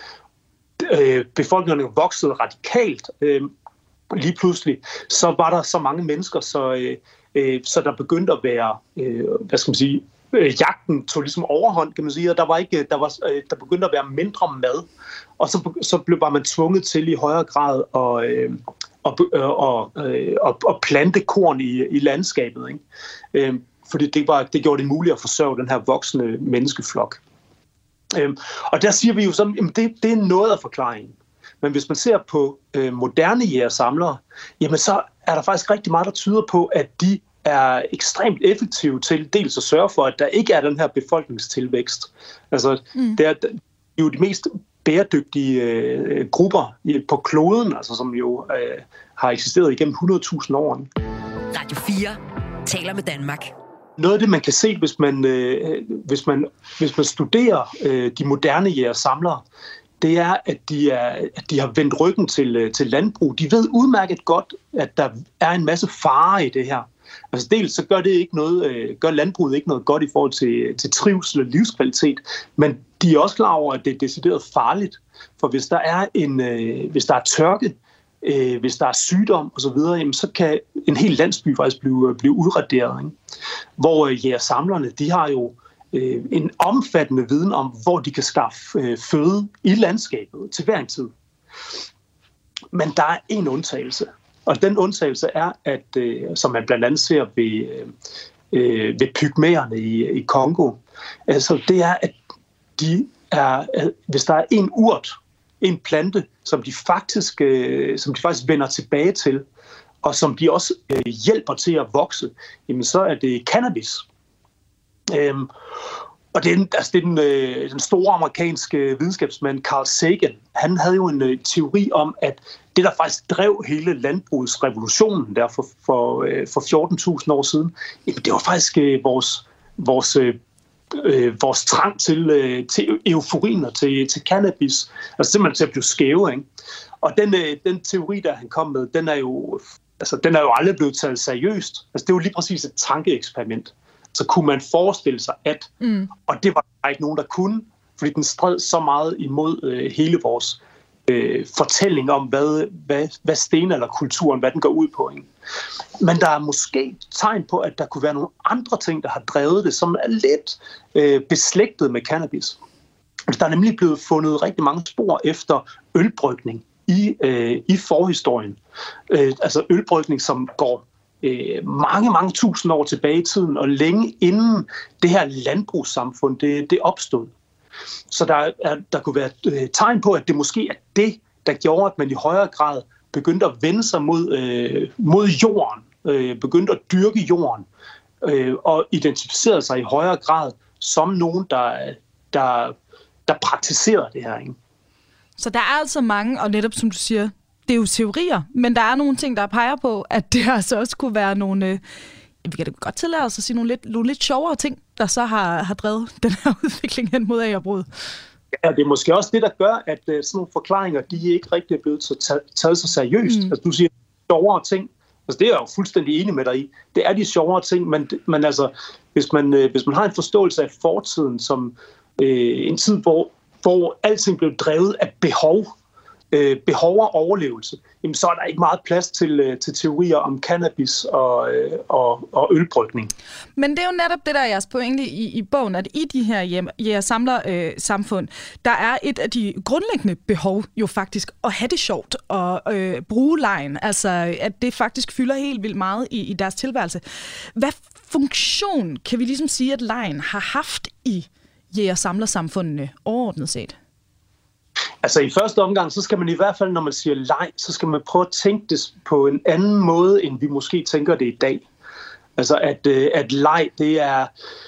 Speaker 4: Øh, befolkningerne voksede radikalt. Øh, lige pludselig så var der så mange mennesker, så, øh, øh, så der begyndte at være, øh, hvad skal man sige, jagten tog ligesom overhånd, kan man sige, og der var ikke, der var, der begyndte at være mindre mad, og så så blev bare man tvunget til i højere grad at øh, og, og, og, og plante korn i, i landskabet, ikke? Øh, fordi det var det gjorde det muligt at forsørge den her voksende menneskeflok. Øh, og der siger vi jo så, at det, det er noget af forklaringen. Men hvis man ser på øh, moderne jægersamlere, jamen så er der faktisk rigtig meget, der tyder på, at de er ekstremt effektive til dels at sørge for, at der ikke er den her befolkningstilvækst. Altså, mm. det er jo de mest bæredygtige øh, grupper på kloden, altså, som jo øh, har eksisteret igennem hundrede tusind år.
Speaker 2: Radio fire taler med Danmark.
Speaker 4: Noget af det, man kan se, hvis man, øh, hvis man, hvis man studerer øh, de moderne jægersamlere, det er, at de, er, at de har vendt ryggen til, til landbrug. De ved udmærket godt, at der er en masse fare i det her. Altså dels så gør det ikke noget, gør landbruget ikke noget godt i forhold til, til trivsel og livskvalitet, men de er også klar over, at det er decideret farligt. For hvis der er en, øh, hvis der er tørke, øh, hvis der er sygdom og så videre, jamen, så kan en hel landsby faktisk blive, blive udraderet. Ikke? Hvor øh, jægersamlerne, de har jo øh, en omfattende viden om, hvor de kan skaffe øh, føde i landskabet til hver en tid. Men der er en undtagelse. Og den undtagelse er, at, øh, som man blandt andet ser ved, øh, ved pygmæerne i, i Kongo, altså det er, at de er, at hvis der er en urt, en plante, som de faktisk, øh, som de faktisk vender tilbage til, og som de også øh, hjælper til at vokse, jamen så er det cannabis. Øhm, og det er, altså det er den, øh, den store amerikanske videnskabsmand Carl Sagan. Han havde jo en øh, teori om, at det, der faktisk drev hele landbrugsrevolutionen der for, for, øh, for fjorten tusind år siden, jamen, det var faktisk øh, vores, vores, øh, vores trang til, øh, til euforien og til, til cannabis. Altså simpelthen til at blive skæve, ikke? Og den, øh, den teori, der han kom med, den er jo, altså, den er jo aldrig blevet taget seriøst. Altså, det er jo lige præcis et tankeeksperiment. Så kunne man forestille sig, at... Mm. Og det var der ikke nogen, der kunne, fordi den stred så meget imod øh, hele vores øh, fortælling om, hvad, hvad, hvad stenalderkulturen, hvad den går ud på. Ikke? Men der er måske tegn på, at der kunne være nogle andre ting, der har drevet det, som er lidt øh, beslægtet med cannabis. Der er nemlig blevet fundet rigtig mange spor efter ølbrygning i, øh, i forhistorien. Øh, altså ølbrygning, som går øh, mange, mange tusind år tilbage i tiden, og længe inden det her landbrugssamfund det, det opstod. Så der, er, der kunne være øh, tegn på, at det måske er det, der gjorde, at man i højere grad begyndte at vende sig mod, øh, mod jorden, øh, begyndte at dyrke jorden, øh, og identificerede sig i højere grad som nogen, der, der, der praktiserer det her. Ikke?
Speaker 3: Så der er altså mange, og netop som du siger, det er jo teorier, men der er nogle ting, der peger på, at det altså også kunne være nogle, øh, vi kan da godt tillade os at sige nogle lidt, nogle lidt sjovere ting, der så har, har drevet den her udvikling hen mod agerbrud.
Speaker 4: Ja, det er måske også det, der gør, at uh, sådan nogle forklaringer, de ikke rigtig er blevet taget, taget så seriøst. Mm. Altså, du siger sjovere ting. Altså, det er jeg jo fuldstændig enig med dig i. Det er de sjovere ting, men, men altså, hvis man, øh, hvis man har en forståelse af fortiden som øh, en tid, hvor, hvor alting blev drevet af behov, øh, behov og overlevelse, jamen, så er der ikke meget plads til, øh, til teorier om cannabis og, øh, og, og ølbrygning.
Speaker 3: Men det er jo netop det, der er jeres pointe i, i bogen, at i de her jæger-samler-samfund, øh, der er et af de grundlæggende behov jo faktisk at have det sjovt og øh, bruge legen, altså at det faktisk fylder helt vildt meget i, i deres tilværelse. Hvad funktion kan vi ligesom sige, at legen har haft i jæger-samler-samfundene overordnet set?
Speaker 4: Altså i første omgang, så skal man i hvert fald, når man siger leg, så skal man prøve at tænke det på en anden måde, end vi måske tænker det i dag. Altså at, øh, at leg, det er,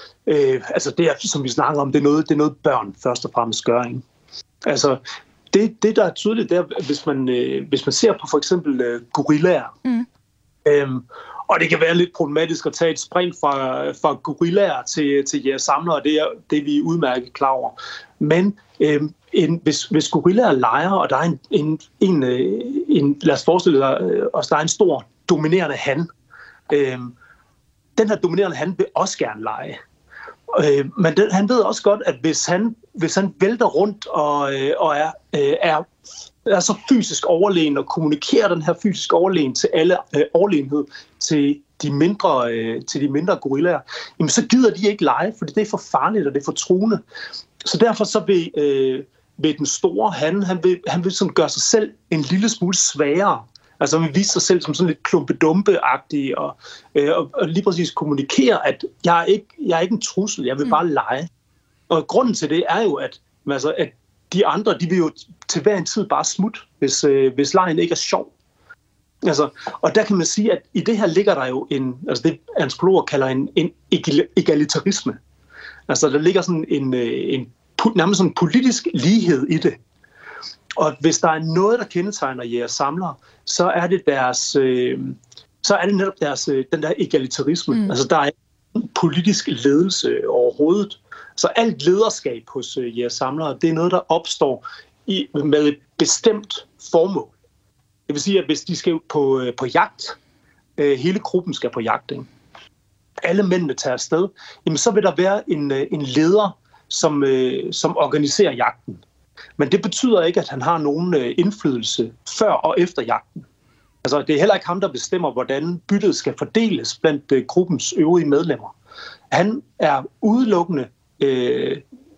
Speaker 4: øh, altså det er, som vi snakker om, det er noget, det er noget børn først og fremmest gør, ikke? Altså det, det der er tydeligt, det er, hvis man, øh, hvis man ser på for eksempel øh, gorillaer, mm. øhm, og det kan være lidt problematisk at tage et spring fra, fra gorillaer til, til jeres samlere, det er det, vi er udmærket klar over. Men øhm, en, hvis, hvis gorillaer leger, og der er en, en, en, en lad os forestille os, der er en stor dominerende han. Øhm, den her dominerende han vil også gerne lege. Øh, men den, han ved også godt, at hvis han, hvis han vælter rundt og, øh, og er, øh, er, er så fysisk overlegen og kommunikerer den her fysisk overlegen til alle øh, overlegenhed til de mindre, øh, til de mindre gorillaer, jamen så gider de ikke lege, fordi det er for farligt og det er for truende. Så derfor så vil, øh, vil den store han, han vil, han vil sådan gøre sig selv en lille smule svagere. Altså han vil vise sig selv som sådan lidt klumpedumpe-agtig og, øh, og, og lige præcis kommunikere, at jeg er, ikke, jeg er ikke en trussel, jeg vil bare lege. Og grunden til det er jo, at, altså, at de andre, de vil jo til hver en tid bare smutte, hvis, øh, hvis legen ikke er sjov. Altså, og der kan man sige, at i det her ligger der jo en, altså det antropologer kalder en, en egalitarisme. Altså der ligger sådan en, en, nærmest sådan en politisk lighed i det. Og hvis der er noget, der kendetegner jeres samlere, så er det deres, øh, så er det netop deres, øh, den der egalitarisme. Mm. Altså der er en politisk ledelse overhovedet. Så alt lederskab hos øh, jeres samlere, det er noget, der opstår i, med et bestemt formål. Det vil sige, at hvis de skal på, øh, på jagt, øh, hele gruppen skal på jagt, ikke? Alle mændene tager afsted, jamen så vil der være en, øh, en leder, som, øh, som organiserer jagten. Men det betyder ikke, at han har nogen øh, indflydelse før og efter jagten. Altså, det er heller ikke ham, der bestemmer, hvordan byttet skal fordeles blandt øh, gruppens øvrige medlemmer. Han er udelukkende øh,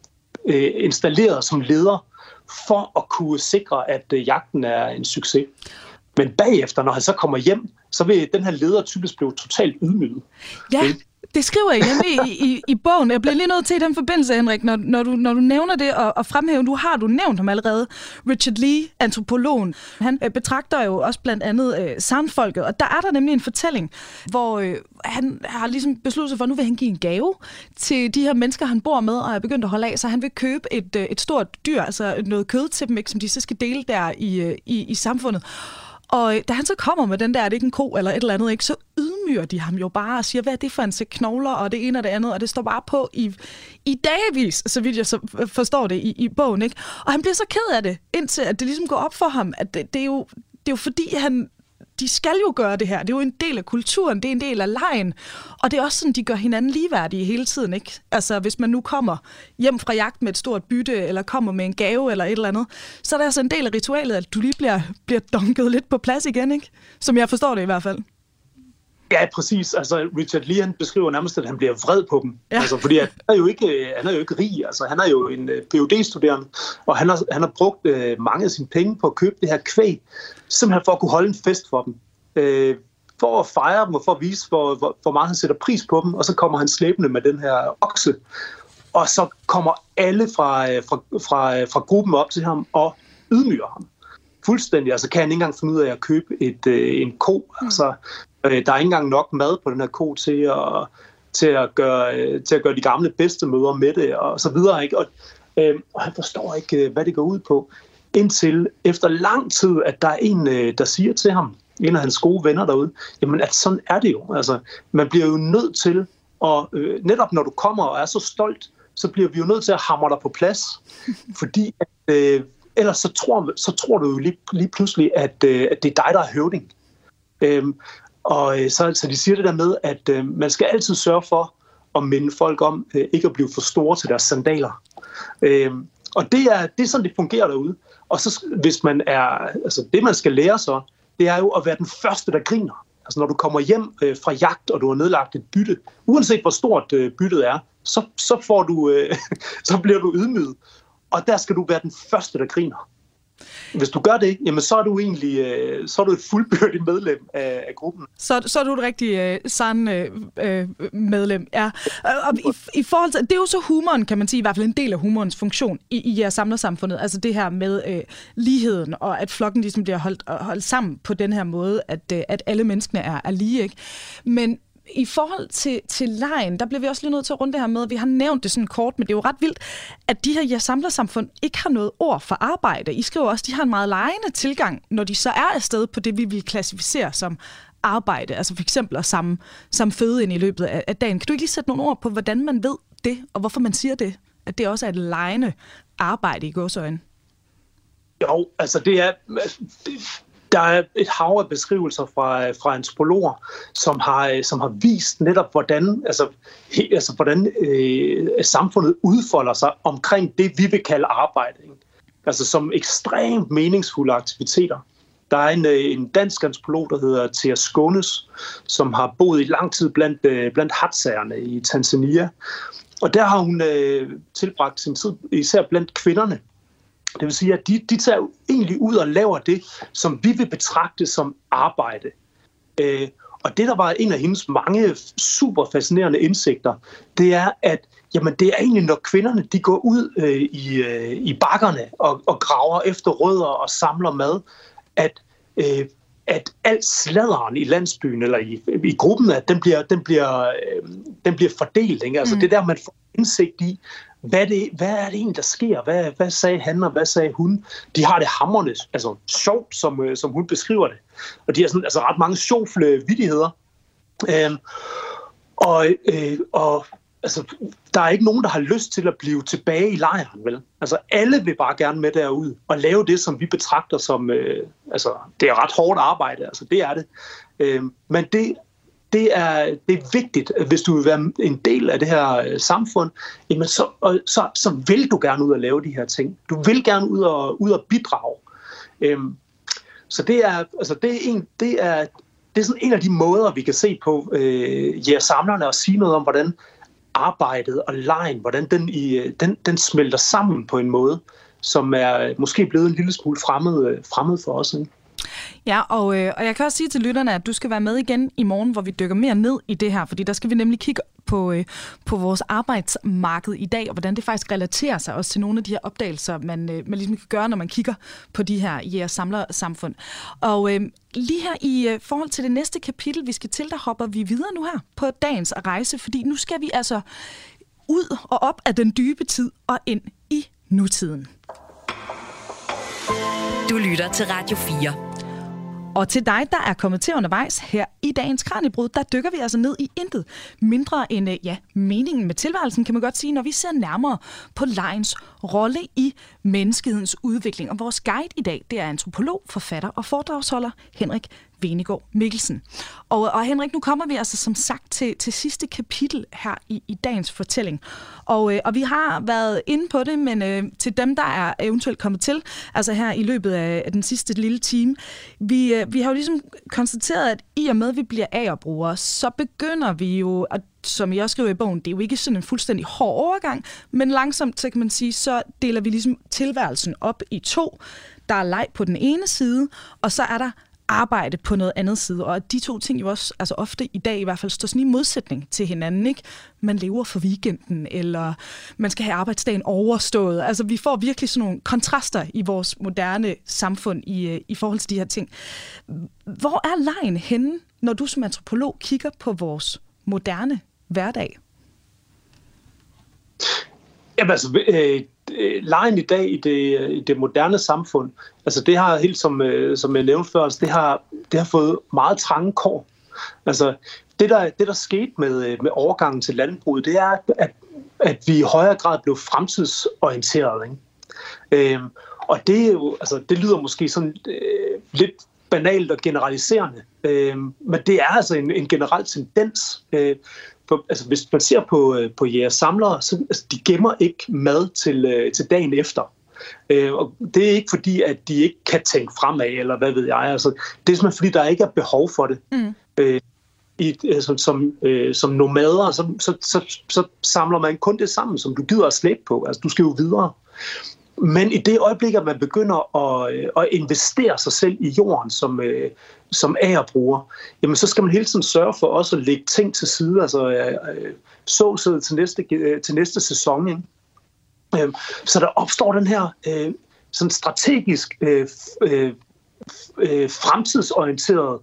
Speaker 4: øh, installeret som leder for at kunne sikre, at øh, jagten er en succes. Men bagefter, når han så kommer hjem, så vil den her leder typisk blive totalt ydmyget.
Speaker 3: Ja, det skriver jeg nemlig i, i, i bogen. Jeg bliver lige nødt til i den forbindelse, Henrik, når, når, du, når du nævner det og, og fremhæver, nu har du nævnt ham allerede, Richard Lee, antropologen. Han øh, betragter jo også blandt andet øh, sandfolket, og der er der nemlig en fortælling, hvor øh, han har ligesom besluttet sig for, at nu vil han give en gave til de her mennesker, han bor med, og er begyndt at holde af, så han vil købe et, øh, et stort dyr, altså noget kød til dem, ikke, som de så skal dele der i, øh, i, i samfundet. Og da han så kommer med den der, er det ikke en ko eller et eller andet, ikke, så ydmyger de ham jo bare og siger, hvad er det for en sæt knogler, og det ene og det andet, og det står bare på i, i dagevis, så vidt jeg så forstår det i, i bogen, ikke? Og han bliver så ked af det, indtil at det ligesom går op for ham, at det, det, er, jo, det er jo fordi, han, de skal jo gøre det her. Det er jo en del af kulturen, det er en del af legen, og det er også sådan, de gør hinanden ligeværdige hele tiden, ikke? Altså, hvis man nu kommer hjem fra jagt med et stort bytte, eller kommer med en gave eller et eller andet, så er der altså en del af ritualet, at du lige bliver, bliver dunket lidt på plads igen, ikke? Som jeg forstår det i hvert fald.
Speaker 4: Ja, præcis. Altså, Richard Lee, han beskriver nærmest, at han bliver vred på dem. Ja. Altså, fordi han er, jo ikke, han er jo ikke rig. Altså, han er jo en P H D-studerende, og han har, han har brugt øh, mange af sine penge på at købe det her kvæg, simpelthen for at kunne holde en fest for dem. Øh, for at fejre dem, og for at vise, hvor, hvor, hvor meget han sætter pris på dem. Og så kommer han slæbende med den her okse. Og så kommer alle fra, fra, fra, fra gruppen op til ham og ydmyger ham. Fuldstændig. Altså, kan han ikke engang finde ud af at købe et, øh, en ko. Mm. Altså, der er ikke engang nok mad på den her ko til at, til at, gøre, til at gøre de gamle bedstemødre med det, og så videre, ikke? Og, øh, og han forstår ikke, hvad det går ud på. indtil efter lang tid, at der er en, der siger til ham, en af hans gode venner derude, jamen at sådan er det jo. Altså, man bliver jo nødt til, og øh, netop når du kommer og er så stolt, så bliver vi jo nødt til at hamre dig på plads, fordi at, øh, ellers så tror, så tror du jo lige, lige pludselig, at, øh, at det er dig, der er høvding. Øhm, og øh, så, så de siger det der med, at øh, man skal altid sørge for at minde folk om øh, ikke at blive for store til deres sandaler. Øhm, og det er, det er sådan, det fungerer derude. Og så hvis man er, altså det man skal lære så, det er jo at være den første, der griner. Altså når du kommer hjem øh, fra jagt, og du har nedlagt et bytte, uanset hvor stort øh, byttet er, så, så, får du, øh, så bliver du ydmyget. Og der skal du være den første, der griner. Hvis du gør det, jamen så er du egentlig øh, så er du et fuldbyrdigt medlem af, af gruppen.
Speaker 3: Så, så er du et rigtig øh, sand øh, medlem, ja. Og i, i forhold til, det er jo så humoren, kan man sige, i hvert fald en del af humorens funktion i, i jeres samlersamfundet. Altså det her med øh, ligheden, og at flokken ligesom bliver holdt, holdt sammen på den her måde, at, øh, at alle menneskene er, er lige, ikke? Men i forhold til, til lejen, der bliver vi også lige nødt til at runde det her med, vi har nævnt det sådan kort, men det er jo ret vildt, at de her jeres samlersamfund ikke har noget ord for arbejde. I skriver også, at de har en meget legende tilgang, når de så er afsted på det, vi vil klassificere som arbejde. Altså for eksempel at samle, samle føde ind i løbet af, af dagen. Kan du ikke lige sætte nogle ord på, hvordan man ved det, og hvorfor man siger det? At det også er et legende arbejde i gåseøjne.
Speaker 4: Jo, altså det er... Det Der er et hav af beskrivelser fra, fra antropologer, som har, som har vist netop, hvordan, altså, he, altså, hvordan øh, samfundet udfolder sig omkring det, vi vil kalde arbejde. Ikke? Altså som ekstremt meningsfulde aktiviteter. Der er en, en dansk antropolog, der hedder Thea Skånes, som har boet i lang tid blandt, blandt hadsagerne i Tanzania. Og der har hun øh, tilbragt sin tid især blandt kvinderne. Det vil sige, at de, de tager egentlig ud og laver det, som vi vil betragte som arbejde. Øh, og det, der var en af hendes mange super fascinerende indsigter, det er, at jamen, det er egentlig, når kvinderne de går ud øh, i, øh, i bakkerne og, og graver efter rødder og samler mad, at, øh, at alt sladderen i landsbyen eller i, i gruppen, at den bliver, den bliver, øh, den bliver fordelt. Ikke? Altså, mm. Det er der, man får indsigt i, Hvad, det, hvad er det egentlig, der sker? Hvad, hvad sagde han, og hvad sagde hun? De har det hamrende, altså sjovt, som, som hun beskriver det. Og de har sådan, altså, ret mange sjovfle vittigheder. Øhm, og øh, og altså, der er ikke nogen, der har lyst til at blive tilbage i lejren, vel? Altså, alle vil bare gerne med derud og lave det, som vi betragter som... Øh, altså, det er ret hårdt arbejde, altså det er det. Øhm, men det... Det er, det er vigtigt, at hvis du vil være en del af det her øh, samfund, jamen så, og, så, så vil du gerne ud og lave de her ting. Du vil gerne ud og, ud og bidrage. Øhm, så det er, altså det, er en, det, er, det er sådan en af de måder, vi kan se på øh, ja, samlerne og sige noget om, hvordan arbejdet og lejen, hvordan den, i, den, den smelter sammen på en måde, som er måske blevet en lille smule fremmed, fremmed for os. Ikke?
Speaker 3: Ja, og, øh, og jeg kan også sige til lytterne, at du skal være med igen i morgen, hvor vi dykker mere ned i det her, fordi der skal vi nemlig kigge på, øh, på vores arbejdsmarked i dag, og hvordan det faktisk relaterer sig også til nogle af de her opdagelser, man, øh, man ligesom kan gøre, når man kigger på de her jeres samlersamfund. Og øh, lige her i øh, forhold til det næste kapitel, vi skal til, der hopper vi videre nu her på dagens rejse, fordi nu skal vi altså ud og op af den dybe tid og ind i nutiden.
Speaker 2: Du lytter til Radio fire.
Speaker 3: Og til dig, der er kommet til undervejs her i dagens Kraniebrud, der dykker vi altså ned i intet mindre end ja, meningen med tilværelsen, kan man godt sige, når vi ser nærmere på legens rolle i menneskehedens udvikling. Og vores guide i dag, det er antropolog, forfatter og foredragsholder Henrik Venegård Mikkelsen. Og, og Henrik, nu kommer vi altså som sagt til, til sidste kapitel her i, i dagens fortælling. Og, øh, og vi har været inde på det, men øh, til dem, der er eventuelt kommet til, altså her i løbet af, af den sidste lille time, vi, øh, vi har jo ligesom konstateret, at i og med, at vi bliver agerbrugere, så begynder vi jo, at, som jeg også skriver i bogen, det er jo ikke sådan en fuldstændig hård overgang, men langsomt, så kan man sige, så deler vi ligesom tilværelsen op i to. Der er leg på den ene side, og så er der arbejde på noget andet side, og at de to ting jo også, altså ofte i dag i hvert fald, står sådan i modsætning til hinanden, ikke? Man lever for weekenden, eller man skal have arbejdsdagen overstået. Altså vi får virkelig sådan nogle kontraster i vores moderne samfund i, i forhold til de her ting. Hvor er legen henne, når du som antropolog kigger på vores moderne hverdag?
Speaker 4: Jamen altså, øh, lejen i dag i det, i det moderne samfund, altså det har helt som, som jeg nævnte før, altså det har, det har fået meget trange kår. Altså det der, det der skete med, med overgangen til landbruget, det er, at, at vi i højere grad blev fremtidsorienterede, ikke? Øhm, og det er jo, altså det lyder måske sådan øh, lidt banalt og generaliserende, øhm, men det er altså en, en generel tendens. Øh, For, altså, hvis man ser på, på jeres samlere, så altså, de gemmer ikke mad til, til dagen efter. Øh, og det er ikke fordi, at de ikke kan tænke fremad, eller hvad ved jeg. Altså, det er simpelthen fordi, der ikke er behov for det. Mm. Øh, i, altså, som, øh, som nomader, så, så, så, så samler man kun det sammen, som du gider at slæbe på. Altså, du skal jo videre. Men i det øjeblik, at man begynder at, at investere sig selv i jorden som, som agerbruger, jamen så skal man hele tiden sørge for også at lægge ting til side, altså såsæd til næste, til næste sæson. Ikke? Så der opstår den her sådan strategisk fremtidsorienteret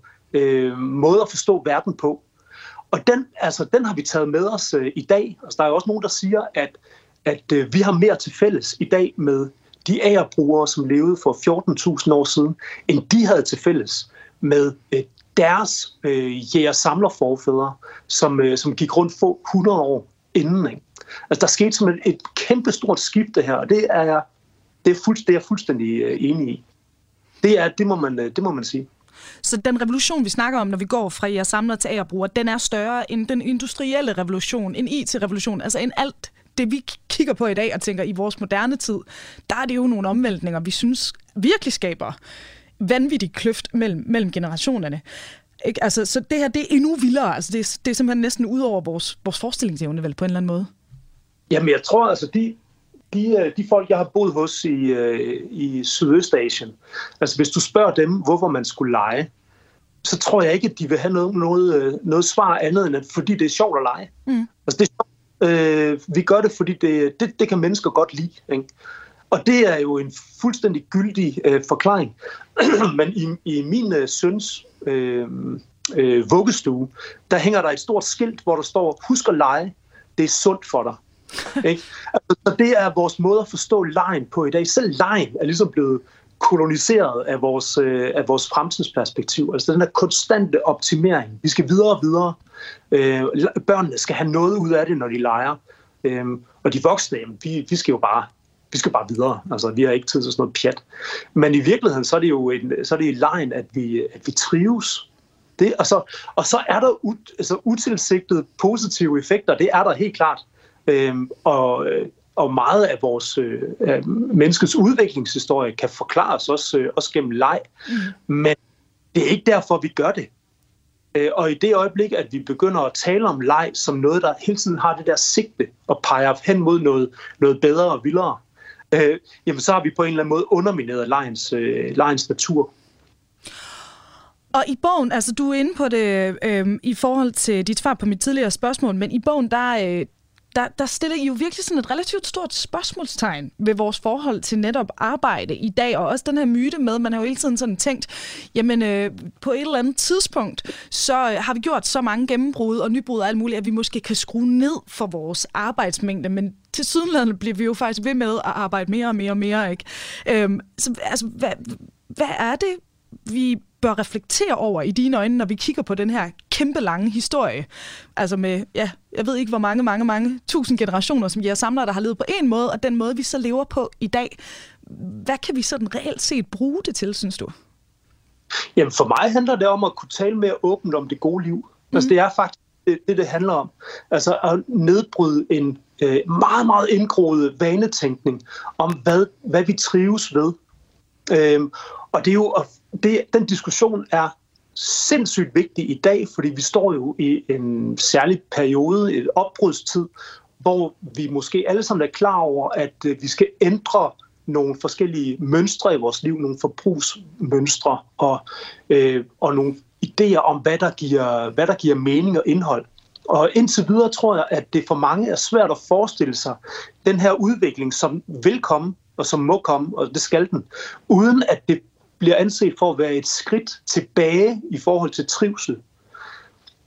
Speaker 4: måde at forstå verden på. Og den, altså, den har vi taget med os i dag. Altså, der er jo også nogen, der siger, at at øh, vi har mere til fælles i dag med de agerbrugere, som levede for fjorten tusind år siden, end de havde til fælles med øh, deres øh, jæger-samler-forfædre, som, øh, som gik rundt få hundrede år inden. Ikke? Altså, der skete simpelthen et kæmpestort skifte her, og det er jeg, det er fuldst, det er jeg fuldstændig øh, enig i. Det, er, det, må man, øh, det må man sige.
Speaker 3: Så den revolution, vi snakker om, når vi går fra jeres samler til agerbrugere, den er større end den industrielle revolution, en I T-revolution, altså end alt det, vi kigger på i dag og tænker, i vores moderne tid, der er det jo nogle omvæltninger, vi synes virkelig skaber vanvittig kløft mellem, mellem generationerne. Ikke? Altså, så det her, det er endnu vildere. Altså, det, er, det er simpelthen næsten ud over vores, vores forestillingsevne, vel, på en eller anden måde.
Speaker 4: Jamen, jeg tror, altså, de, de, de folk, jeg har boet hos i, i Sydøstasien, altså, hvis du spørger dem, hvorfor man skulle lege, så tror jeg ikke, at de vil have noget, noget, noget svar andet, end at, fordi det er sjovt at lege. Mm. Altså, det er sjovt. Øh, vi gør det, fordi det, det, det kan mennesker godt lide. Ikke? Og det er jo en fuldstændig gyldig øh, forklaring. Men i, i min øh, søns øh, øh, vuggestue, der hænger der et stort skilt, hvor der står, husk at lege, det er sundt for dig. Ikke? Altså, så det er vores måde at forstå legen på i dag. Selv legen er ligesom blevet koloniseret af vores, øh, af vores fremtidsperspektiv. Altså den her konstante optimering. Vi skal videre og videre. Øh, børnene skal have noget ud af det, når de leger. Øh, og de voksne, vi, vi skal jo bare, vi skal bare videre. Altså, vi har ikke tid til sådan noget pjat. Men i virkeligheden, så er det jo en, så er det i legen, at vi, at vi trives. Det, og, så, og så er der ut, altså, utilsigtede positive effekter. Det er der helt klart. Øh, og Og meget af vores øh, menneskets udviklingshistorie kan forklares også, øh, også gennem leg. Mm. Men det er ikke derfor, vi gør det. Øh, og i det øjeblik, at vi begynder at tale om leg som noget, der hele tiden har det der sigte og peger hen mod noget, noget bedre og vildere, øh, jamen så har vi på en eller anden måde undermineret legens, øh, legens natur.
Speaker 3: Og i bogen, altså du er inde på det øh, i forhold til dit svar på mit tidligere spørgsmål, men i bogen, der øh, Der, der stiller I jo virkelig sådan et relativt stort spørgsmålstegn ved vores forhold til netop arbejde i dag, og også den her myte med, man har jo hele tiden sådan tænkt, jamen øh, på et eller andet tidspunkt, så øh, har vi gjort så mange gennembrud og nybrud og alt muligt, at vi måske kan skrue ned for vores arbejdsmængde, men tilsyneladende bliver vi jo faktisk ved med at arbejde mere og mere og mere, ikke? Øhm, så altså, hvad, hvad er det, vi bør reflektere over i dine øjne, når vi kigger på den her kæmpe lange historie? Altså med, ja, jeg ved ikke, hvor mange, mange, mange tusind generationer, som jeres samlere, der har levet på en måde, og den måde, vi så lever på i dag. Hvad kan vi sådan reelt set bruge det til, synes du?
Speaker 4: Jamen for mig handler det om at kunne tale mere åbent om det gode liv. Mm. Altså det er faktisk det, det, det handler om. Altså at nedbryde en øh, meget, meget indgroet vanetænkning om, hvad, hvad vi trives ved. Øhm, og det er jo, det, den diskussion er sindssygt vigtig i dag, fordi vi står jo i en særlig periode, et opbrudstid, hvor vi måske alle sammen er klar over, at vi skal ændre nogle forskellige mønstre i vores liv, nogle forbrugsmønstre og, øh, og nogle idéer om, hvad der, giver, hvad der giver mening og indhold. Og indtil videre tror jeg, at det for mange er svært at forestille sig den her udvikling, som vil komme, og som må komme, og det skal den, uden at det bliver anset for at være et skridt tilbage i forhold til trivsel.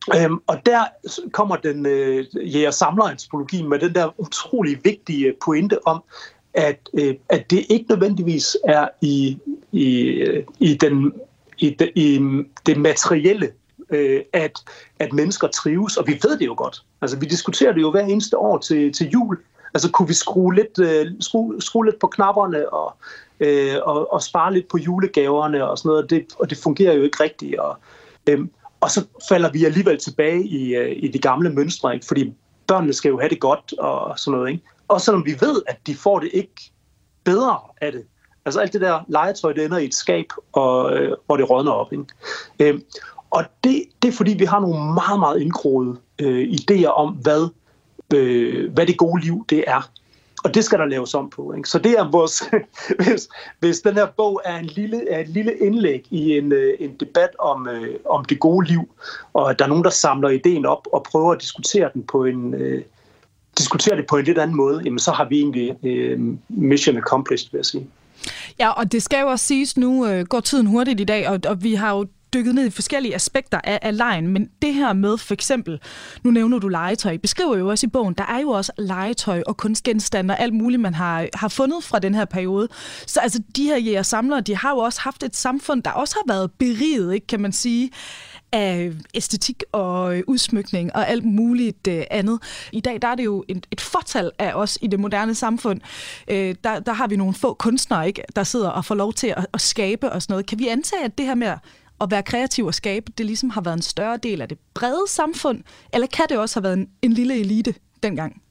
Speaker 4: Øhm, og der kommer den øh, jæger-samler-antropologien med den der utrolig vigtige pointe om, at, øh, at det ikke nødvendigvis er i, i, i, den, i, de, i det materielle, øh, at, at mennesker trives, og vi ved det jo godt. Altså, vi diskuterer det jo hver eneste år til, til jul. Altså, kunne vi skrue lidt, øh, skrue, skrue lidt på knapperne og, øh, og, og spare lidt på julegaverne og sådan noget, og det, og det fungerer jo ikke rigtigt. Og, øh, og så falder vi alligevel tilbage i, øh, i de gamle mønstre, ikke? Fordi børnene skal jo have det godt og sådan noget, ikke? Og selvom vi ved, at de får det ikke bedre af det. Altså alt det der legetøj, det ender i et skab, og, øh, hvor det rådner op, ikke? Øh, og det, det er fordi, vi har nogle meget, meget indgroede øh, idéer om, hvad, øh, hvad det gode liv det er. Og det skal der laves om på, ikke? Så det er vores, hvis, hvis den her bog er, en lille, er et lille indlæg i en, en debat om, øh, om det gode liv, og at der er nogen, der samler ideen op og prøver at diskutere den på en, øh, diskutere det på en lidt anden måde, jamen så har vi egentlig øh, mission accomplished, vil jeg sige.
Speaker 3: Ja, og det skal jo også siges, nu øh, går tiden hurtigt i dag, og, og vi har jo dykket ned i forskellige aspekter af, af legen, men det her med for eksempel, nu nævner du legetøj, beskriver jo også i bogen, der er jo også legetøj og kunstgenstande og alt muligt, man har, har fundet fra den her periode. Så altså, de her jæger-samlere, de har jo også haft et samfund, der også har været beriget, ikke, kan man sige, af æstetik og udsmykning og alt muligt øh, andet. I dag der er det jo et, et fortal af os i det moderne samfund. Øh, der, der har vi nogle få kunstnere, ikke, der sidder og får lov til at, at skabe og sådan noget. Kan vi antage, at det her med at være kreativ og skabe, det ligesom har været en større del af det brede samfund, eller kan det også have været en, en lille elite dengang?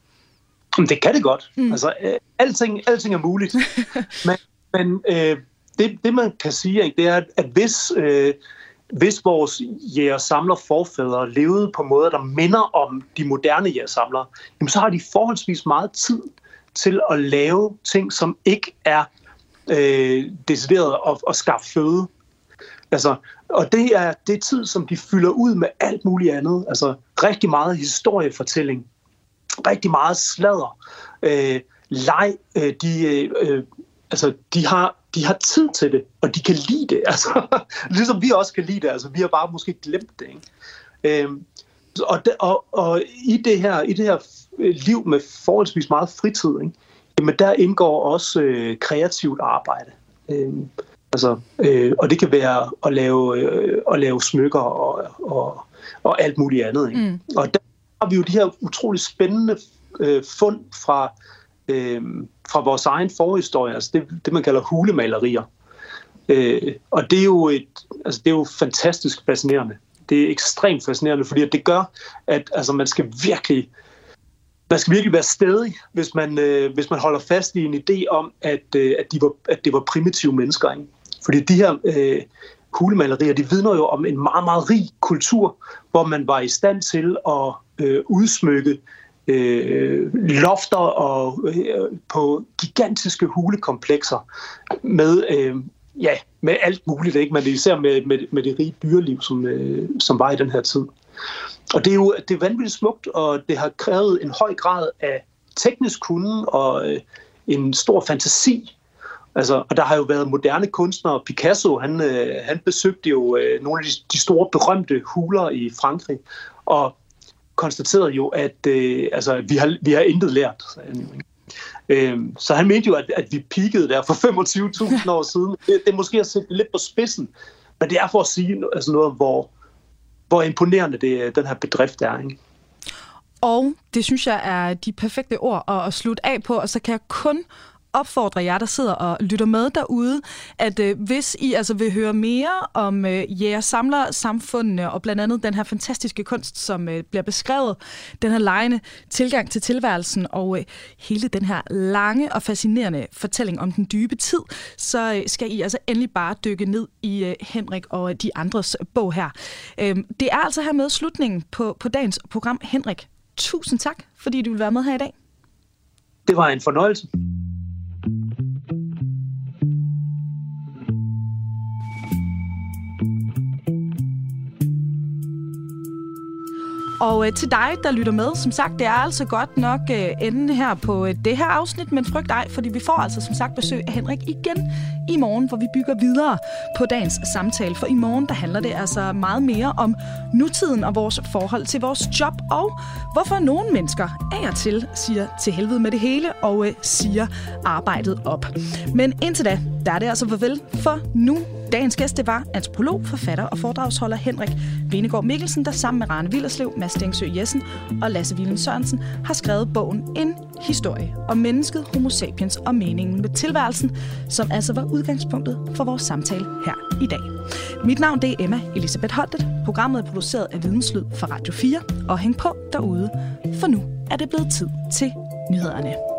Speaker 4: Det kan det godt. Mm. Altså, øh, alting, alting er muligt. men men øh, det, det, man kan sige, ikke, det er, at hvis... Øh, Hvis vores jægersamler forfædre levede på måder, der minder om de moderne jægersamlere, jamen så har de forholdsvis meget tid til at lave ting, som ikke er øh, decideret at, at skaffe føde. Altså, og det er, det er tid, som de fylder ud med alt muligt andet. Altså rigtig meget historiefortælling, rigtig meget sladder, øh, leg, øh, de, øh, altså, de har De har tid til det, og de kan lide det. Altså, ligesom vi også kan lide det. Altså, vi har bare måske glemt det. Ikke? Øhm, og, det, og, og i det her i det her liv med forholdsvis meget fritid, ikke? Jamen, der indgår også øh, kreativt arbejde. Øhm, altså, øh, og det kan være at lave, øh, at lave smykker og, og, og alt muligt andet. Ikke? Mm. Og der har vi jo de her utrolig spændende øh, fund fra øh, fra vores egen forhistorie, altså det, det man kalder hulemalerier. Øh, og det er, jo et, altså det er jo fantastisk fascinerende. Det er ekstremt fascinerende, fordi det gør, at altså man skal virkelig man skal virkelig være stædig, hvis man, øh, hvis man holder fast i en idé om, at, øh, at, de var, at det var primitive mennesker. Ikke? Fordi de her øh, hulemalerier, de vidner jo om en meget, meget rig kultur, hvor man var i stand til at øh, udsmykke Øh, lofter og øh, på gigantiske hulekomplekser med øh, ja med alt muligt, ikke, men især med med med det rige dyreliv, som øh, som var i den her tid. Og det er jo det er vanvittigt smukt, og det har krævet en høj grad af teknisk kunnen og øh, en stor fantasi. Altså, og der har jo været moderne kunstnere. Picasso, han øh, han besøgte jo øh, nogle af de, de store berømte huler i Frankrig, og konstaterede jo, at øh, altså, vi, har, vi har intet lært. Øh, så han mente jo, at, at vi peakede der for femogtyve tusind år siden. Det, det er måske at sætte lidt på spidsen, men det er for at sige altså noget, hvor, hvor imponerende det, den her bedrift er. Ikke?
Speaker 3: Og det synes jeg er de perfekte ord at, at slutte af på, og så kan jeg kun opfordrer jer, der sidder og lytter med derude, at øh, hvis I altså vil høre mere om øh, jæger-samler-samfundene og blandt andet den her fantastiske kunst, som øh, bliver beskrevet, den her legende tilgang til tilværelsen og øh, hele den her lange og fascinerende fortælling om den dybe tid, så øh, skal I altså endelig bare dykke ned i øh, Henrik og de andres bog her. Øh, det er altså her med slutningen på, på dagens program. Henrik, tusind tak, fordi du vil være med her i dag.
Speaker 4: Det var en fornøjelse.
Speaker 3: Og øh, til dig, der lytter med, som sagt, det er altså godt nok øh, enden her på øh, det her afsnit, men frygt ej, fordi vi får altså som sagt besøg af Henrik igen i morgen, hvor vi bygger videre på dagens samtale. For i morgen, der handler det altså meget mere om nutiden og vores forhold til vores job, og hvorfor nogle mennesker af og til siger til helvede med det hele og øh, siger arbejdet op. Men indtil da, der er det altså farvel for nu. Dagens gæst, det var antropolog, forfatter og foredragsholder Henrik Venegård Mikkelsen, der sammen med Rane Willerslev, Mads Dengsø Jessen og Lasse Wieland Sørensen har skrevet bogen En historie om mennesket, homo sapiens og meningen med tilværelsen, som altså var udgangspunktet for vores samtale her i dag. Mit navn, det er Emma Elisabeth Holtet. Programmet er produceret af Videnslyd for Radio fire, og hæng på derude, for nu er det blevet tid til nyhederne.